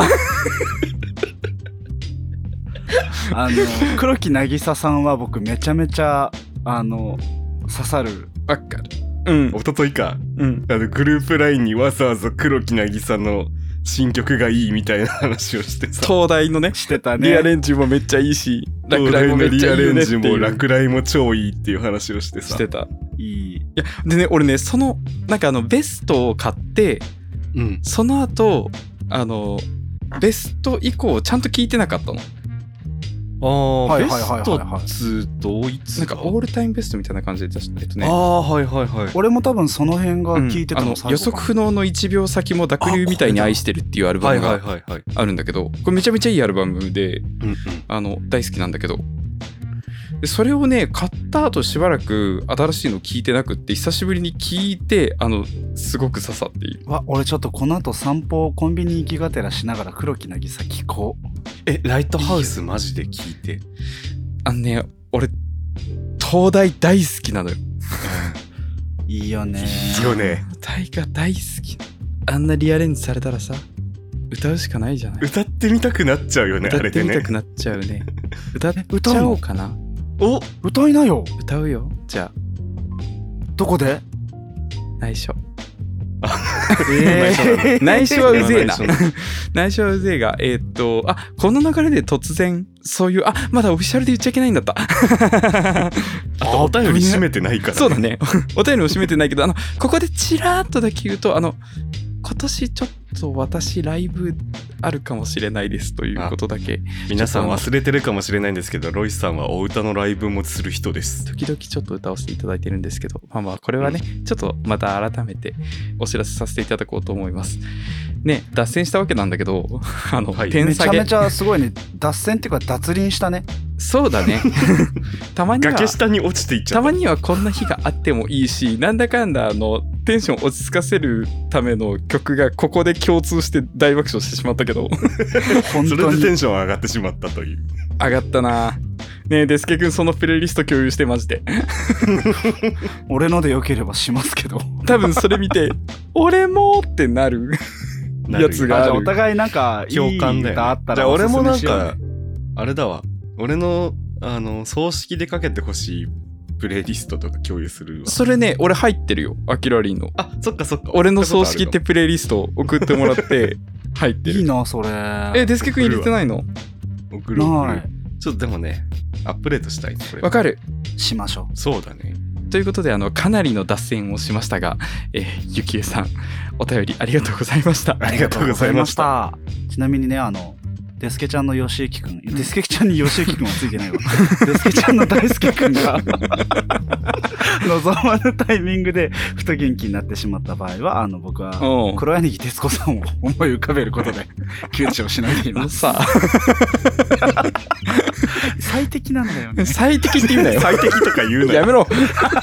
あの黒木渚さんは僕めちゃめちゃあの刺さる。 わかる。うん一昨日かうんあのグループラインにわざわざ黒木渚の新曲がいいみたいな話をしてさ、 東大のねしてたね。 リアレンジもめっちゃいいし落東大雷もめっのリアちゃいいよねってレンジもいう落雷も超いいっていう話をしてさしてた。 いい。 いやでね俺ねそのなんかあのベストを買ってうんその後あのベスト以降ちゃんと聞いてなかったの。 ああ、 はいベはいはいはいストっつ同一なんかオールタイムベストみたいな感じで出してえっとねああはいはいはい俺も多分その辺が聞いてたうんあの最後の予測不能のいちびょう先も濁流みたいに愛してるっていうアルバはいはいムがはいはいあるんだけどこれめちゃめちゃいいアルバムでうんうんあの大好きなんだけどでそれをね買った後しばらく新しいの聞いてなくって久しぶりに聞いてあのすごく刺さっている。 わ俺ちょっとこの後散歩コンビニ行きがてらしながら黒木渚聞こう。 えライトハウスマジで聞いてあのね俺東大大好きなのよ。 いいよね。 いいよね。 大が大好き。あんなリアレンジされたらさ歌うしかないじゃない。 歌ってみたくなっちゃうよね歌ってみあれでねたくなっちゃうね。歌っ歌うのちゃおうかな。 お歌いなよ。 歌うよ。じゃあどこで。 内緒。 えー、 内緒はうぜえな内緒な。 内緒はうぜえが、えーっと、あ、この流れで突然、そういう、あ、まだオフィシャルで言っちゃいけないんだった。 あとお便り閉めてないから、ね、 そうだね。お便りも閉めてないけど、あの、ここでチラーっとだけ言うと、あの、今年ちょっと私ライブあるかもしれないですということだけ。 皆さん忘れてるかもしれないんですけど、ロイスさんはお歌のライブもする人です。 時々ちょっと歌わせていただいてるんですけど、まあまあこれはね、うん、ちょっとまた改めてお知らせさせていただこうと思います。ね、脱線したわけなんだけど、あの、 はい、 点下げ。 めちゃめちゃすごいね。脱線っていうか脱輪したね。 そうだね。たまには崖下に落ちていっちゃった。 たまにはこんな日があってもいいし、なんだかんだあのテンション落ち着かせるための曲がここで共通して大爆笑してしまったけど本当にそれでテンション上がってしまったという。 上がったな。ねえデスケ君そのプレイリスト共有してマジで俺のでよければしますけど多分それ見て俺もってなるやつがある。 あじゃあお互いなんかいい共感だよ、ね、 歌あったらじゃあ俺もなんおすすめしようね。 かあれだわ、俺のあの葬式でかけてほしいプレイリストとか共有するわ。 それね俺入ってるよ、アキラリンの。 あ、そっかそっか。 俺の葬式ってプレイリスト送ってもらって入ってる。 いいなそれ。 えデスケ君入れてないの？ 送る送るない。 ちょっとでもねアップデートしたいねこれ。 わかる。 しましょう。 そうだね。 ということであのかなりの脱線をしましたが、えー、ゆきえさんお便りありがとうございました。 ありがとうございました。 ちなみにねあのデスケちゃんのよしゆきくん、デスケちゃんによしゆきくんはついてないわ。デスケちゃんの大輔くんが望まぬタイミングでふと元気になってしまった場合は、あの僕は黒柳徹子さんを思い浮かべることで窮地をしのいでいます。 さあ最適なんだよね。 最適って言うなよ。 最適とか言うなよ。 やめろ。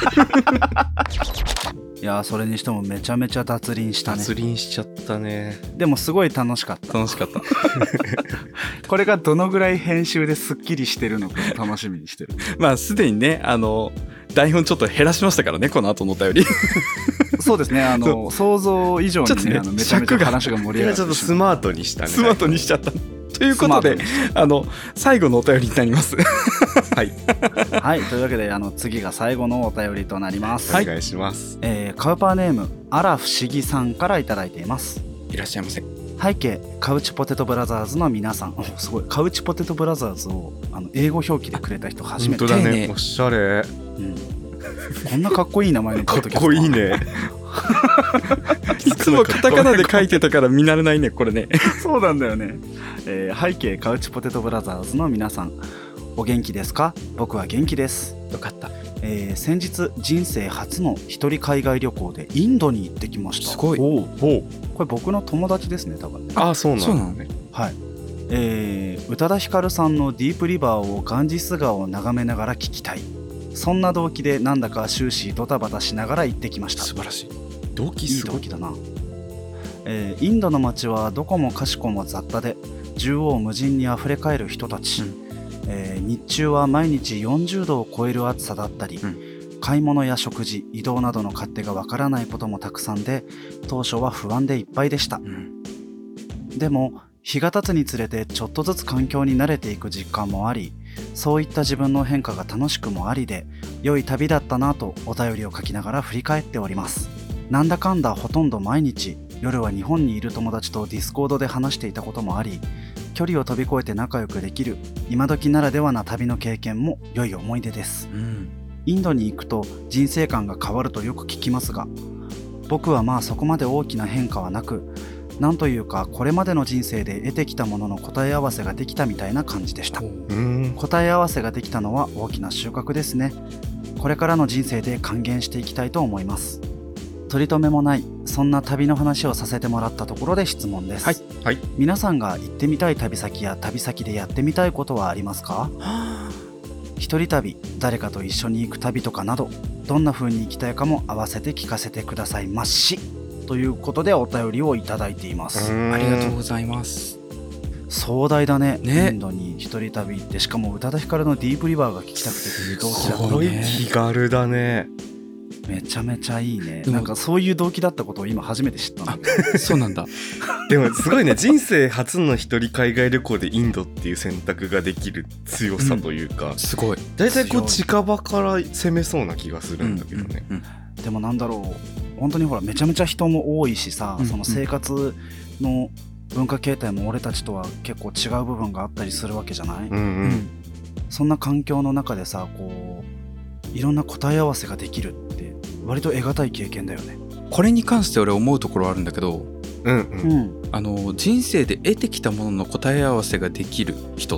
いやそれにしてもめちゃめちゃ脱輪したね。 脱輪しちゃったね。 でもすごい楽しかった。 楽しかった。 これがどのぐらい編集ですっきりしてるのか楽しみにしてる。 まあすでにね、あの台本ちょっと減らしましたからね、この後のお便り。 そうですね、あの想像以上に ね, ねあのめちゃめちゃ話が盛り上がる。 ちょっとスマートにしたね。 スマートにしちゃった。ということで、あの最後のお便りになります。 はい、 はい、というわけであの次が最後のお便りとなります。 はい、お願いします。 えー、カウパーネームあら不思議さんからいただいています。 いらっしゃいませ。 背景カウチポテトブラザーズの皆さん、おすごい、カウチポテトブラザーズをあの英語表記でくれた人初めて。 本当だね、おしゃれ、 うん、こんなかっこいい名前のポッドキャスト。 かっこいいね。 いつもカタカナで書いてたから見慣れないね、これね。 そうなんだよね。えー、背景カウチポテトブラザーズの皆さん、お元気ですか？僕は元気です。 よかった。 えー、先日人生初の一人海外旅行でインドに行ってきました。 すごい。 おお、これ僕の友達ですね、多分ね。 ああ、そうなのね。 はい。えー、宇多田ヒカルさんのディープリバーをガンジス川を眺めながら聴きたい。そんな動機でなんだか終始ドタバタしながら行ってきました。 素晴らしい。 動機すごい。 いい動機だな。えー、インドの街はどこもかしこも雑多で縦横無尽にあふれかえる人たち、うん、えー、日中は毎日よんじゅうどを超える暑さだったり、うん、買い物や食事、移動などの勝手がわからないこともたくさんで当初は不安でいっぱいでした、うん、でも日が経つにつれてちょっとずつ環境に慣れていく実感もあり、そういった自分の変化が楽しくもありで良い旅だったなとお便りを書きながら振り返っております。なんだかんだほとんど毎日夜は日本にいる友達とディスコードで話していたこともあり、距離を飛び越えて仲良くできる今時ならではな旅の経験も良い思い出です、うん、インドに行くと人生観が変わるとよく聞きますが、僕はまあそこまで大きな変化はなく、なんというかこれまでの人生で得てきたものの答え合わせができたみたいな感じでした。答え合わせができたのは大きな収穫ですね。これからの人生で還元していきたいと思います。取り留めもないそんな旅の話をさせてもらったところで質問です、 はいはい、 皆さんが行ってみたい旅先や旅先でやってみたいことはありますか？一人旅、誰かと一緒に行く旅とかなど、どんな風に行きたいかも合わせて聞かせてくださいまし、ということでお便りをいただいています。 ありがとうございます。 壮大だ ね, ね。 インドに一人旅行って、しかも宇多田ヒカルのディープリバーが聞きたくてという動機だった。 すごい気軽だね。 めちゃめちゃいいね。なんかそういう動機だったことを今初めて知ったんだ。 そうなんだ。 でもすごいね、人生初の一人海外旅行でインドっていう選択ができる強さというか、 うん、すごい。 だいたいこう近場から攻めそうな気がするんだけどね、 うんうんうん、でもなんだろう、本当にほらめちゃめちゃ人も多いしさ、うんうん、その生活の文化形態も俺たちとは結構違う部分があったりするわけじゃない、うんうん、そんな環境の中でさ、こういろんな答え合わせができるって割と得難い経験だよね。 これに関して俺思うところあるんだけど、 うんうん、 あの人生で得てきたものの答え合わせができる人って、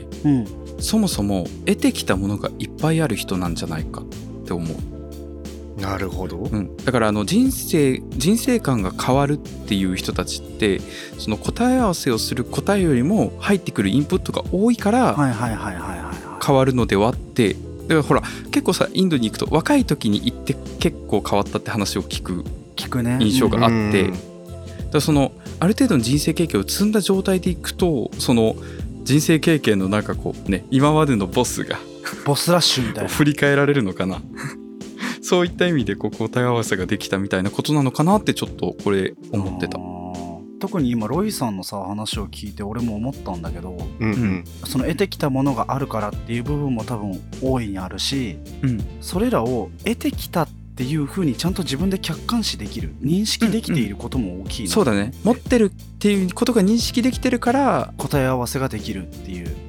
うん、そもそも得てきたものがいっぱいある人なんじゃないかって思う。 なるほど、 うん、だからあの人生人生観が変わるっていう人たちって、その答え合わせをする答えよりも入ってくるインプットが多いから変わるのではって。だからほら結構さ、インドに行くと若い時に行って結構変わったって話を聞く印象があって、だからそのある程度の人生経験を積んだ状態で行くと、その人生経験のなんかこうね、今までのボスがボスラッシュみたいな振り返られるのかな。そういった意味でこう答え合わせができたみたいなことなのかなってちょっとこれ思ってた。 特に今ロイさんのさ話を聞いて俺も思ったんだけど、 うんうん、 その得てきたものがあるからっていう部分も多分大いにあるし、うん、それらを得てきたっていう風にちゃんと自分で客観視できる、認識できていることも大きいな、 うんうん、そうだね。持ってるっていうことが認識できてるから答え合わせができるっていう。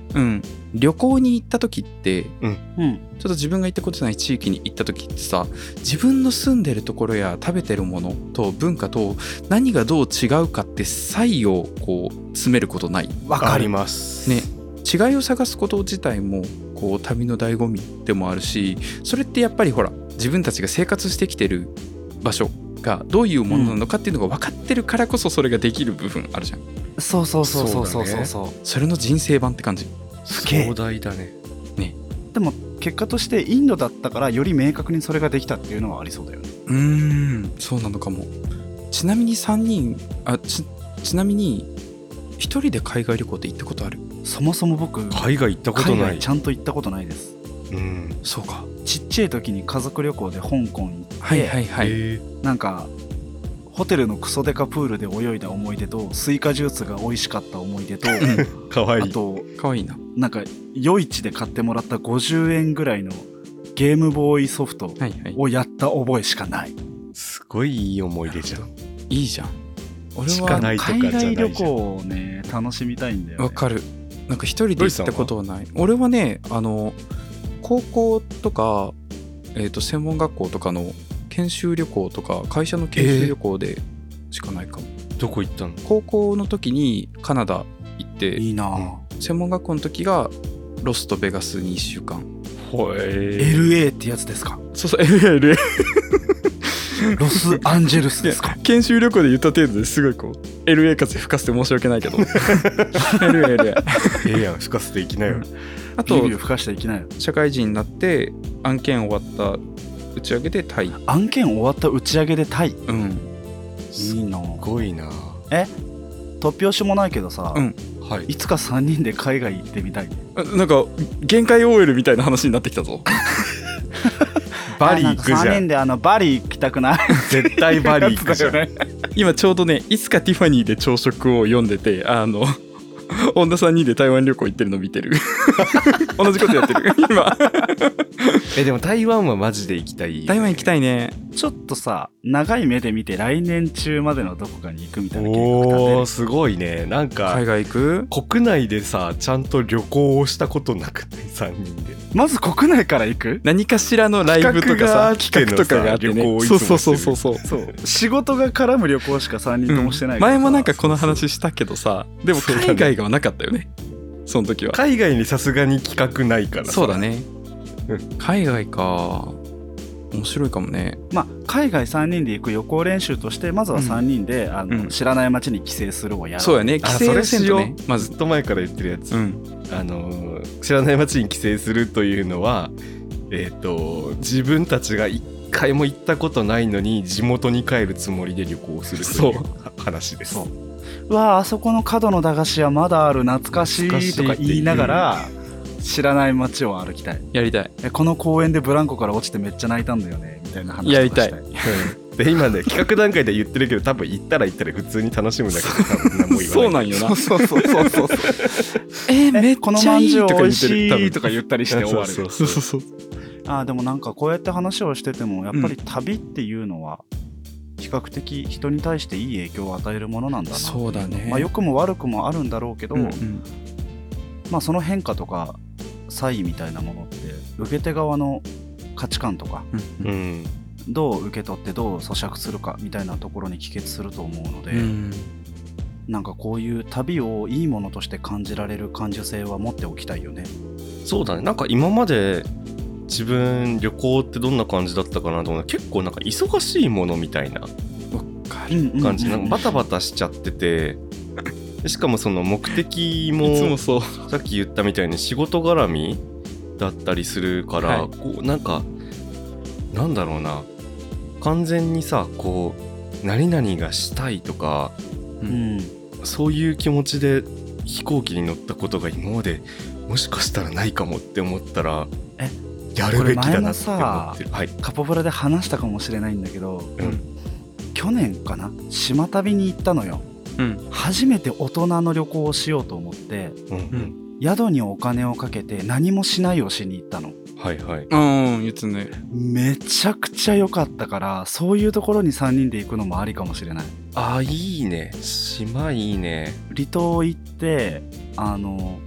うん、旅行に行った時って、 うんうん、ちょっと自分が行ったことない地域に行った時ってさ、自分の住んでるところや食べてるものと文化と何がどう違うかって差異をこう詰めることない？ わかりますね。違いを探すこと自体もこう旅の醍醐味でもあるし、それってやっぱりほら自分たちが生活してきてる場所がどういうものなのかっていうのが分かってるからこそそれができる部分あるじゃん。 そうそうそうそうそうそうそう、ね、 それの人生版って感じ。 壮大だね。 ね。 でも結果としてインドだったからより明確にそれができたっていうのはありそうだよね。 うーん、そうなのかも。ちなみにさんにんあ ち, ちなみにひとりで海外旅行って行ったことある？ そもそも僕海外行ったことない。 海外ちゃんと行ったことないです。 うん、 そうか。 ちっちゃい時に家族旅行で香港行って、 はいはいはい、 なんかホテルのクソデカプールで泳いだ思い出とスイカジュースが美味しかった思い出とかわいい。 あとかわいいな。 なんか夜市で買ってもらったごじゅうえんぐらいのゲームボーイソフトをやった覚えしかない、はいはい、 すごいいい思い出じゃん。 いいじゃん。俺は海外旅行をね楽しみたいんだよね。 わかる。なんか一人で行ったことはない。俺はね、あの高校とか、えーと、専門学校とかの研修旅行とか会社の研修旅行でしかないかも、 えー、どこ行ったの？ 高校の時にカナダ行って、 いいな、うん、 専門学校の時がロスとベガスにいっしゅうかん。 ほえー、 エルエー ってやつですか？ そうそう エルエー エルエーロスアンジェルスですか？ 研修旅行で言った程度ですごいこう エルエー 風吹かせて申し訳ないけどエルエー エルエーええやん、吹かせていきなよ、うん、 あとビール吹かしていきなよ。 社会人になって案件終わった打ち上げでタイ。 案件終わった打ち上げでタイ。 うん、 いいな。すごいな。 え突拍子もないけどさ、 うん、 はい、 いつかさんにんで海外行ってみたい。 なんか限界 オーエル みたいな話になってきたぞバリ行くじゃん。 さんにんであのバリ行きたくない？ 絶対バリ行くじゃん今ちょうどね、いつかティファニーで朝食を読んでて、あの女さんにんで台湾旅行行ってるの見てる同じことやってる今えでも台湾はマジで行きたい、ね、 台湾行きたいね。 ちょっとさ長い目で見て来年中までのどこかに行くみたいな計画立てる。 おーすごいね。なんか海外行く？ 国内でさちゃんと旅行をしたことなくてさんにんでまず国内から行く？ 何かしらのライブとかさ企画とかがあってね。そうそうそうそうそうそう仕事が絡む旅行しかさんにんともしてない、 うん、前もなんかこの話したけどさ、でも海外がなかったよねその時は。 海外にさすがに企画ないからさ。 そうだね海外か面白いかもね。 まあ海外さんにんで行く予行練習としてまずはさんにんで、うん、あの、うん、知らない街に帰省するをやる。 そうやね、帰省をせんとね。 まずずっと前から言ってるやつ、 うん、 あの知らない街に帰省するというのはえっと自分たちが一回も行ったことないのに地元に帰るつもりで旅行するという話です。そううわああそこの角の駄菓子屋まだある懐かしいとか言いながら知らない街を歩きたい。 やりたい。 この公園でブランコから落ちてめっちゃ泣いたんだよねみたいな話とかしたい。 やりたいで今ね企画段階で言ってるけど多分行ったら行ったら普通に楽しむんだけど多分何も言わない。 そうなんよな。 そうそうそうそうえー、めっこのちゃいいまんじゅうとか言って美味しる。 いとか言ったりして終わる。 そうそうそうそうあでもなんかこうやって話をしててもやっぱり旅っていうのは比較的人に対していい影響を与えるものなんだな。 そうだね。 まあ良くも悪くもあるんだろうけど、 うんうん、 まあその変化とか差異みたいなものって受け手側の価値観とか、 うん、 どう受け取ってどう咀嚼するかみたいなところに帰結すると思うので、 うん、 なんかこういう旅をいいものとして感じられる感受性は持っておきたいよね。 そうだね。なんか今まで自分旅行ってどんな感じだったかなと思う。結構なんか忙しいものみたいな感じ、なんかバタバタしちゃってて、しかもその目的もいつもそうさっき言ったみたいに仕事絡みだったりするから、はい、こうなんかなんだろうな、完全にさこう何々がしたいとか、 うん、 そういう気持ちで飛行機に乗ったことが今までもしかしたらないかもって思ったらえやるべきだなって思ってる。 はい、カポブラで話したかもしれないんだけど、 うん、 去年かな島旅に行ったのよ、 うん、 初めて大人の旅行をしようと思って、 うんうん、 宿にお金をかけて何もしないをしに行ったの。 はいはい。 うん言つね。 めちゃくちゃ良かったから、そういうところにさんにんで行くのもありかもしれない。 あーいいね、島いいね。 離島行ってあの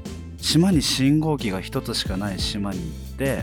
島に信号機が一つしかない島に行って、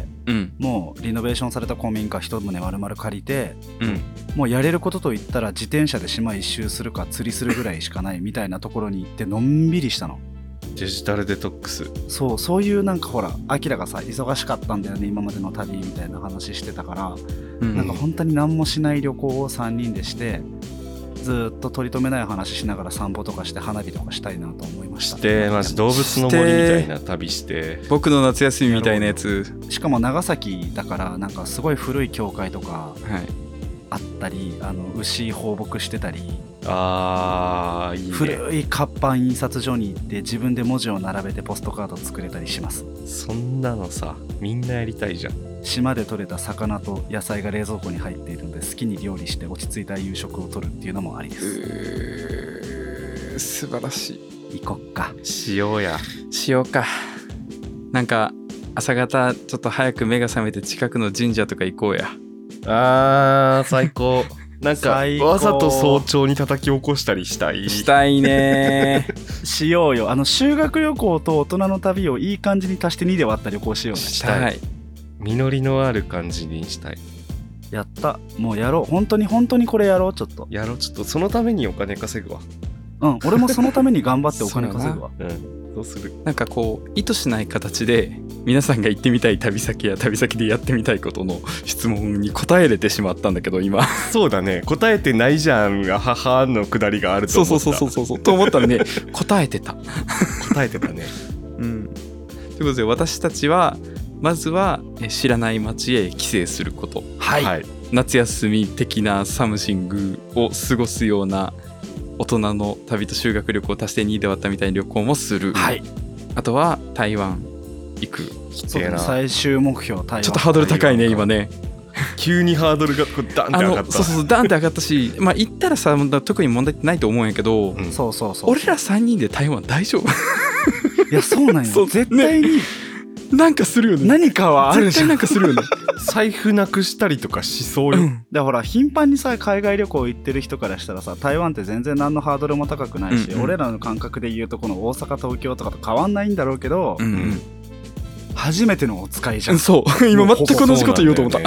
うん、もうリノベーションされた古民家一棟丸々借りて、うん、もうやれることといったら自転車で島一周するか釣りするぐらいしかないみたいなところに行ってのんびりしたの。 デジタルデトックス。 そうそういうなんかほらアキラがさ忙しかったんだよね今までの旅みたいな話してたから、うん、なんか本当に何もしない旅行をさんにんでしてずっと取り留めない話しながら散歩とかして花火とかしたいなと思いました。 してマジ動物の森みたいな旅して僕の夏休みみたいなやつ。 しかも長崎だからなんかすごい古い教会とかあったり、はい、あの牛放牧してたり、 あーいいね、 古い活版印刷所に行って自分で文字を並べてポストカード作れたりします。 そんなのさみんなやりたいじゃん。 島で採れた魚と野菜が冷蔵庫に入っているので好きに料理して落ち着いた夕食をとるっていうのもありです。 うー素晴らしい。行こっか。 しようや。 しようか。なんか朝方ちょっと早く目が覚めて近くの神社とか行こうや。 あー最高。なんかわざと早朝に叩き起こしたりしたいしたいねしようよ。あの修学旅行と大人の旅をいい感じに足してにで割った旅行しようね。 したい。 実りのある感じにしたい。 やった。もうやろう。本当に本当にこれやろう。ちょっとやろう。ちょっとそのためにお金稼ぐわ。 うん俺もそのために頑張ってお金稼ぐわうんそうする。 なんかこう意図しない形で皆さんが行ってみたい旅先や旅先でやってみたいことの質問に答えれてしまったんだけど今そうだね答えてないじゃんが母のくだりがあると思った。 そうそうそうそうそうと思ったらね答えてた答えてたねうんということで私たちはまずは知らない街へ帰省すること、 はい、はい、 夏休み的なサムシングを過ごすような大人の旅と修学旅行を足してにで割ったみたいな旅行もする、 はい、 あとは台湾行く。 そうだね、最終目標台湾。 ちょっとハードル高いね今ね急にハードルがこうダンって上がった。 そうそうダンって上がったしまあ行ったらさ特に問題ないと思うんやけど、 うん、そうそうそう俺らさんにんで台湾大丈夫いやそうなんよ絶対に、ね、 なんかするよね。 何かはあるじゃん。 絶対なんかするよね財布なくしたりとかしそうよ、うん、 だからほら頻繁にさ海外旅行行ってる人からしたらさ台湾って全然何のハードルも高くないし、うんうん、俺らの感覚で言うとこの大阪東京とかと変わんないんだろうけど、うんうん、初めてのお使いじゃん。 そう今全く同じこと言おうと思った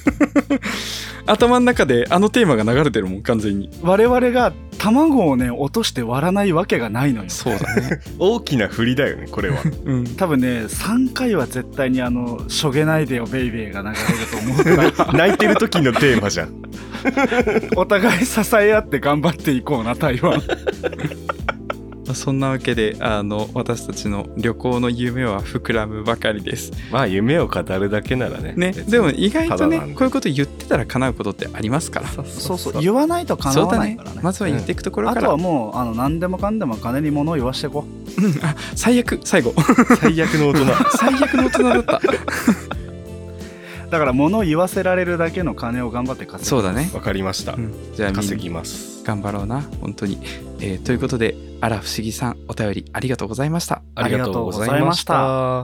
頭の中であのテーマが流れてるもん完全に。 我々が卵をね落として割らないわけがないのよ。 そうだね大きな振りだよねこれは、 うん、多分ねさんかいは絶対にあのしょげないでよベイベーが流れると思う泣いてる時のテーマじゃんお互い支え合って頑張っていこうな台湾そんなわけであの私たちの旅行の夢は膨らむばかりです。 まあ夢を語るだけならね。 ねでも意外とねこういうこと言ってたら叶うことってありますから。 そうそうそう言わないと叶わないからね。 ねまずは言っていくところから、 うん、あとはもうあの何でもかんでも金に物を言わしていこう、 うん、あ最悪最後最悪の大人最悪の大人だっただから物を言わせられるだけの金を頑張って稼ぐ。 そうだねわかりました、うん、 じゃあ稼ぎます頑張ろうな本当に、えー、ということであら不思議さんお便りありがとうございました。 ありがとうございました。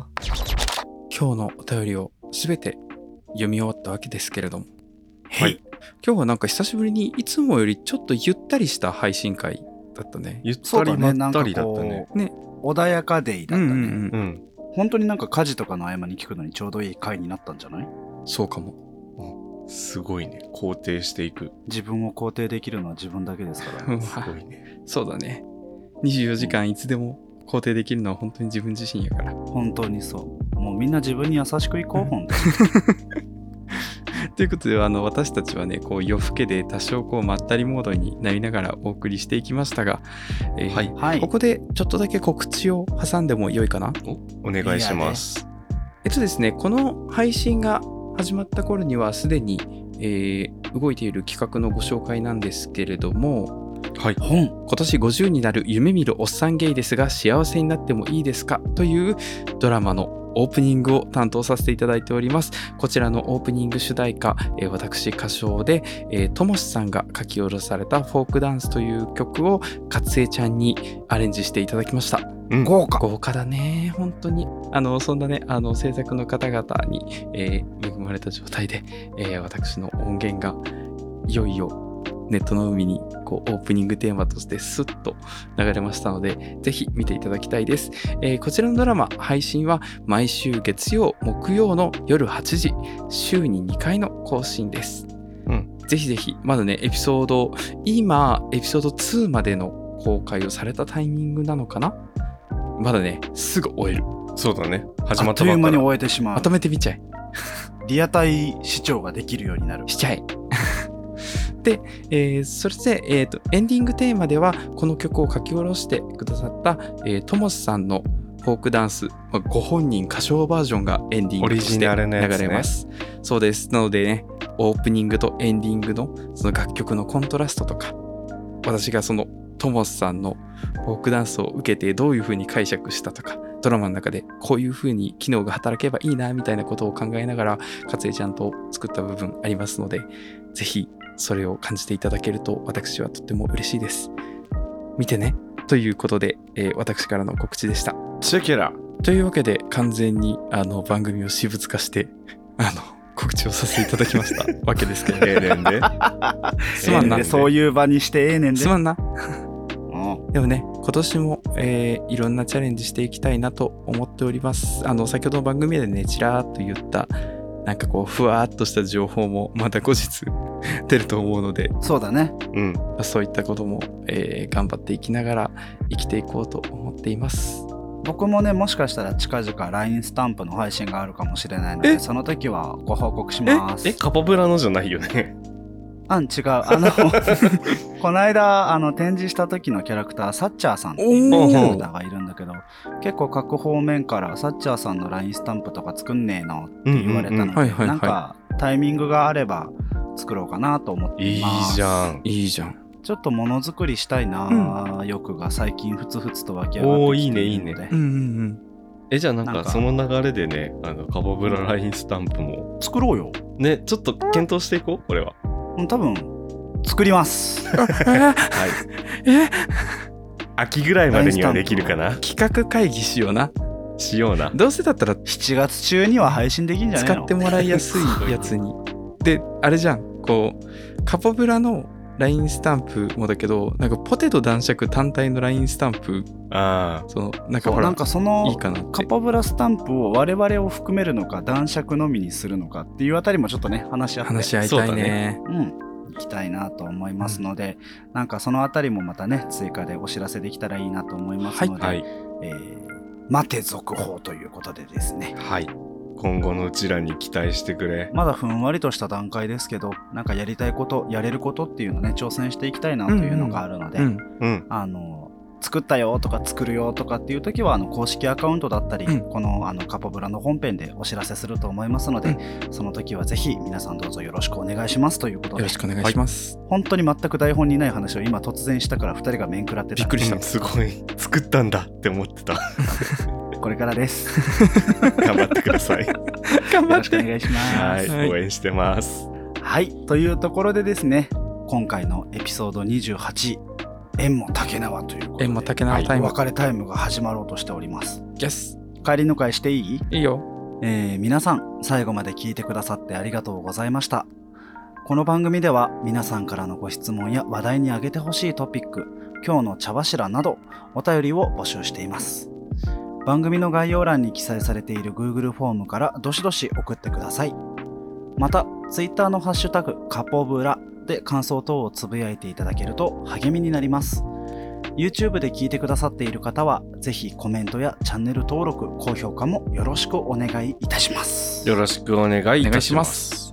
今日のお便りをすべて読み終わったわけですけれども、 はい、 今日はなんか久しぶりにいつもよりちょっとゆったりした配信会だったね。 ゆったりまったりだったね。 ね穏やかデイだったね、うんうんうんうん本当になんか家事とかの合間に聞くのにちょうどいい回になったんじゃない？ そうかも、 うん、すごいね肯定していく。 自分を肯定できるのは自分だけですから、ね、 すごいね。 そうだねにじゅうよじかんいつでも肯定できるのは本当に自分自身やから。 本当にそうもうみんな自分に優しくいこう、うん、本当にということであの私たちはねこう夜更けで多少こうまったりモードになりながらお送りしていきましたが、えーはいはい、 ここでちょっとだけ告知を挟んでも良いかな。 お, お願いします。 えっとですねこの配信が始まった頃にはすでに、えー、動いている企画のご紹介なんですけれども、 はい、 本今年ごじゅうになる夢見るおっさんゲイですが幸せになってもいいですかというドラマのオープニングを担当させていただいております。こちらのオープニング主題歌、えー、私歌唱で、えー、ともしさんが書き下ろされたフォークダンスという曲をかつえちゃんにアレンジしていただきました。 うん、豪華豪華だね本当に。あのそんなねあの制作の方々に、えー、恵まれた状態で、えー、私の音源がいよいよネットの海にこうオープニングテーマとしてスッと流れましたので、ぜひ見ていただきたいです。えー、こちらのドラマ配信は毎週月曜木曜の夜はちじ、週ににかいの更新です。うん、ぜひぜひ、まだねエピソード今エピソードツーまでの公開をされたタイミングなのかな。まだねすぐ終える。 そうだね、始まったばっかあっという間に終えてしまう。 まとめてみちゃえ。 リアタイ視聴ができるようになる。 しちゃえ。で、えー、そして、えーと、エンディングテーマではこの曲を書き下ろしてくださった、えー、トモスさんのフォークダンス、まあ、ご本人歌唱バージョンがエンディングとして流れます。そうです。なのでね、オープニングとエンディングのその楽曲のコントラストとか、私がそのトモスさんのフォークダンスを受けてどういう風に解釈したとか、ドラマの中でこういう風に機能が働けばいいなみたいなことを考えながら勝恵ちゃんと作った部分ありますので、ぜひそれを感じていただけると私はとっても嬉しいです。見てねということで、えー、私からの告知でした。 チェケラというわけで完全にあの番組を私物化してあの告知をさせていただきましたわけですけど、 ええねんですまんな、 そういう場にしてええねんで。 すまんなでもね、今年も、えー、いろんなチャレンジしていきたいなと思っております。あの先ほどの番組でねちらーっと言ったなんかこうふわーっとした情報もまた後日出ると思うので、 そうだね、 うん、 そういったことも、えー、頑張っていきながら生きていこうと思っています。 僕もね、もしかしたら近々 ライン スタンプの配信があるかもしれないので、その時はご報告します。 ええカポブラのじゃないよね。 あん違う、あのこの間あの展示した時のキャラクターサッチャーさんっていうキャラクターがいるんだけど、結構各方面からサッチャーさんの ライン スタンプとか作んねえのって言われたので、なんかタイミングがあれば作ろうかなと思っています。 いいじゃん、 いいじゃん。 ちょっとものづくりしたいな、うん、欲が最近ふつふつと湧き上がってきているので。おー、いいねいいね。 うんうんうん。 え、じゃあなんかその流れでね、あのカボブラ ライン スタンプも作ろうよ。 ね、ちょっと検討していこう、これは。 多分作ります。 はい。え秋ぐらいまでにはできるかな。 企画会議しような。 しような。 どうせだったらしちがつ中には配信できんじゃないの？ 使ってもらいやすいやつに。で、あれじゃん、こうカポブラの ライン スタンプもだけど、なんかポテト男爵単体の ライン スタンプ、 ああ、 そのなんかほら、 なんかそのいいかなって。 カポブラスタンプを我々を含めるのか男爵のみにするのかっていうあたりもちょっとね話し合って話し合いたいね。 うん。いきたいなと思いますので、うん、なんかそのあたりもまたね追加でお知らせできたらいいなと思いますので、はい、えー、待て続報ということでですね。 はい。今後のうちらに期待してくれ。 まだふんわりとした段階ですけど、なんかやりたいことやれることっていうのね挑戦していきたいなというのがあるので、うんうん、あの作ったよとか作るよとかっていう時はあの公式アカウントだったり、うん、このあのカポブラの本編でお知らせすると思いますので、うん、その時はぜひ皆さんどうぞよろしくお願いしますということで、 よろしくお願いします、 はい、本当に全く台本にない話を今突然したからふたりが面食らってた。 びっくりした、 うん、すごい作ったんだって思ってたこれからです頑張ってください頑張ってよろしくお願いします。 はい、はい、応援してます。 はいというところでですね、今回のエピソードにじゅうはち、縁も竹縄ということで、 縁も竹縄タイム、 はい、お別れタイムが始まろうとしております。 イエス。 帰りの会していい？ いいよ。 えー、皆さん最後まで聞いてくださってありがとうございました。この番組では皆さんからのご質問や話題に挙げてほしいトピック、今日の茶柱などお便りを募集しています。番組の概要欄に記載されている Google フォームからどしどし送ってください。また Twitter のハッシュタグカポブラで感想等をつぶやいていただけると励みになります。 YouTube で聞いてくださっている方はぜひコメントやチャンネル登録、高評価もよろしくお願いいたします。 よろしくお願いいたします。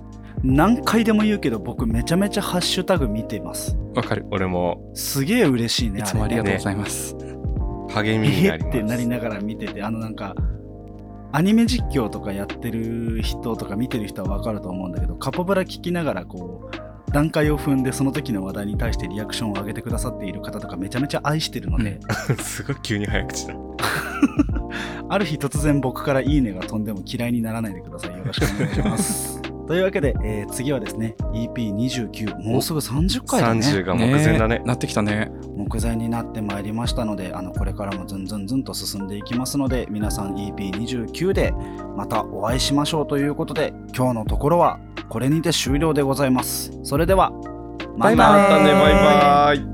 何回でも言うけど僕めちゃめちゃハッシュタグ見てます。 わかる。 俺もすげえ嬉しいね。 いつもありがとうございます、ね、 励みになります。 えってなりながら見てて、あのなんかアニメ実況とかやってる人とか見てる人は分かると思うんだけど、カポブラ聞きながらこう段階を踏んでその時の話題に対してリアクションを上げてくださっている方とかめちゃめちゃ愛してるので、 うん、すごい急に早口だある日突然僕からいいねが飛んでも嫌いにならないでください。よろしくお願いしますというわけで、えー、次はですね イーピーにじゅうきゅう、もうすぐさんじゅっかいだね。 さんじゅうが目前だね。 ね、なってきたね。 目前になってまいりましたので、あのこれからもずんずんずんと進んでいきますので、皆さん イーピーにじゅうきゅう でまたお会いしましょうということで、今日のところはこれにて終了でございます。それではまたねまたねバイバイ。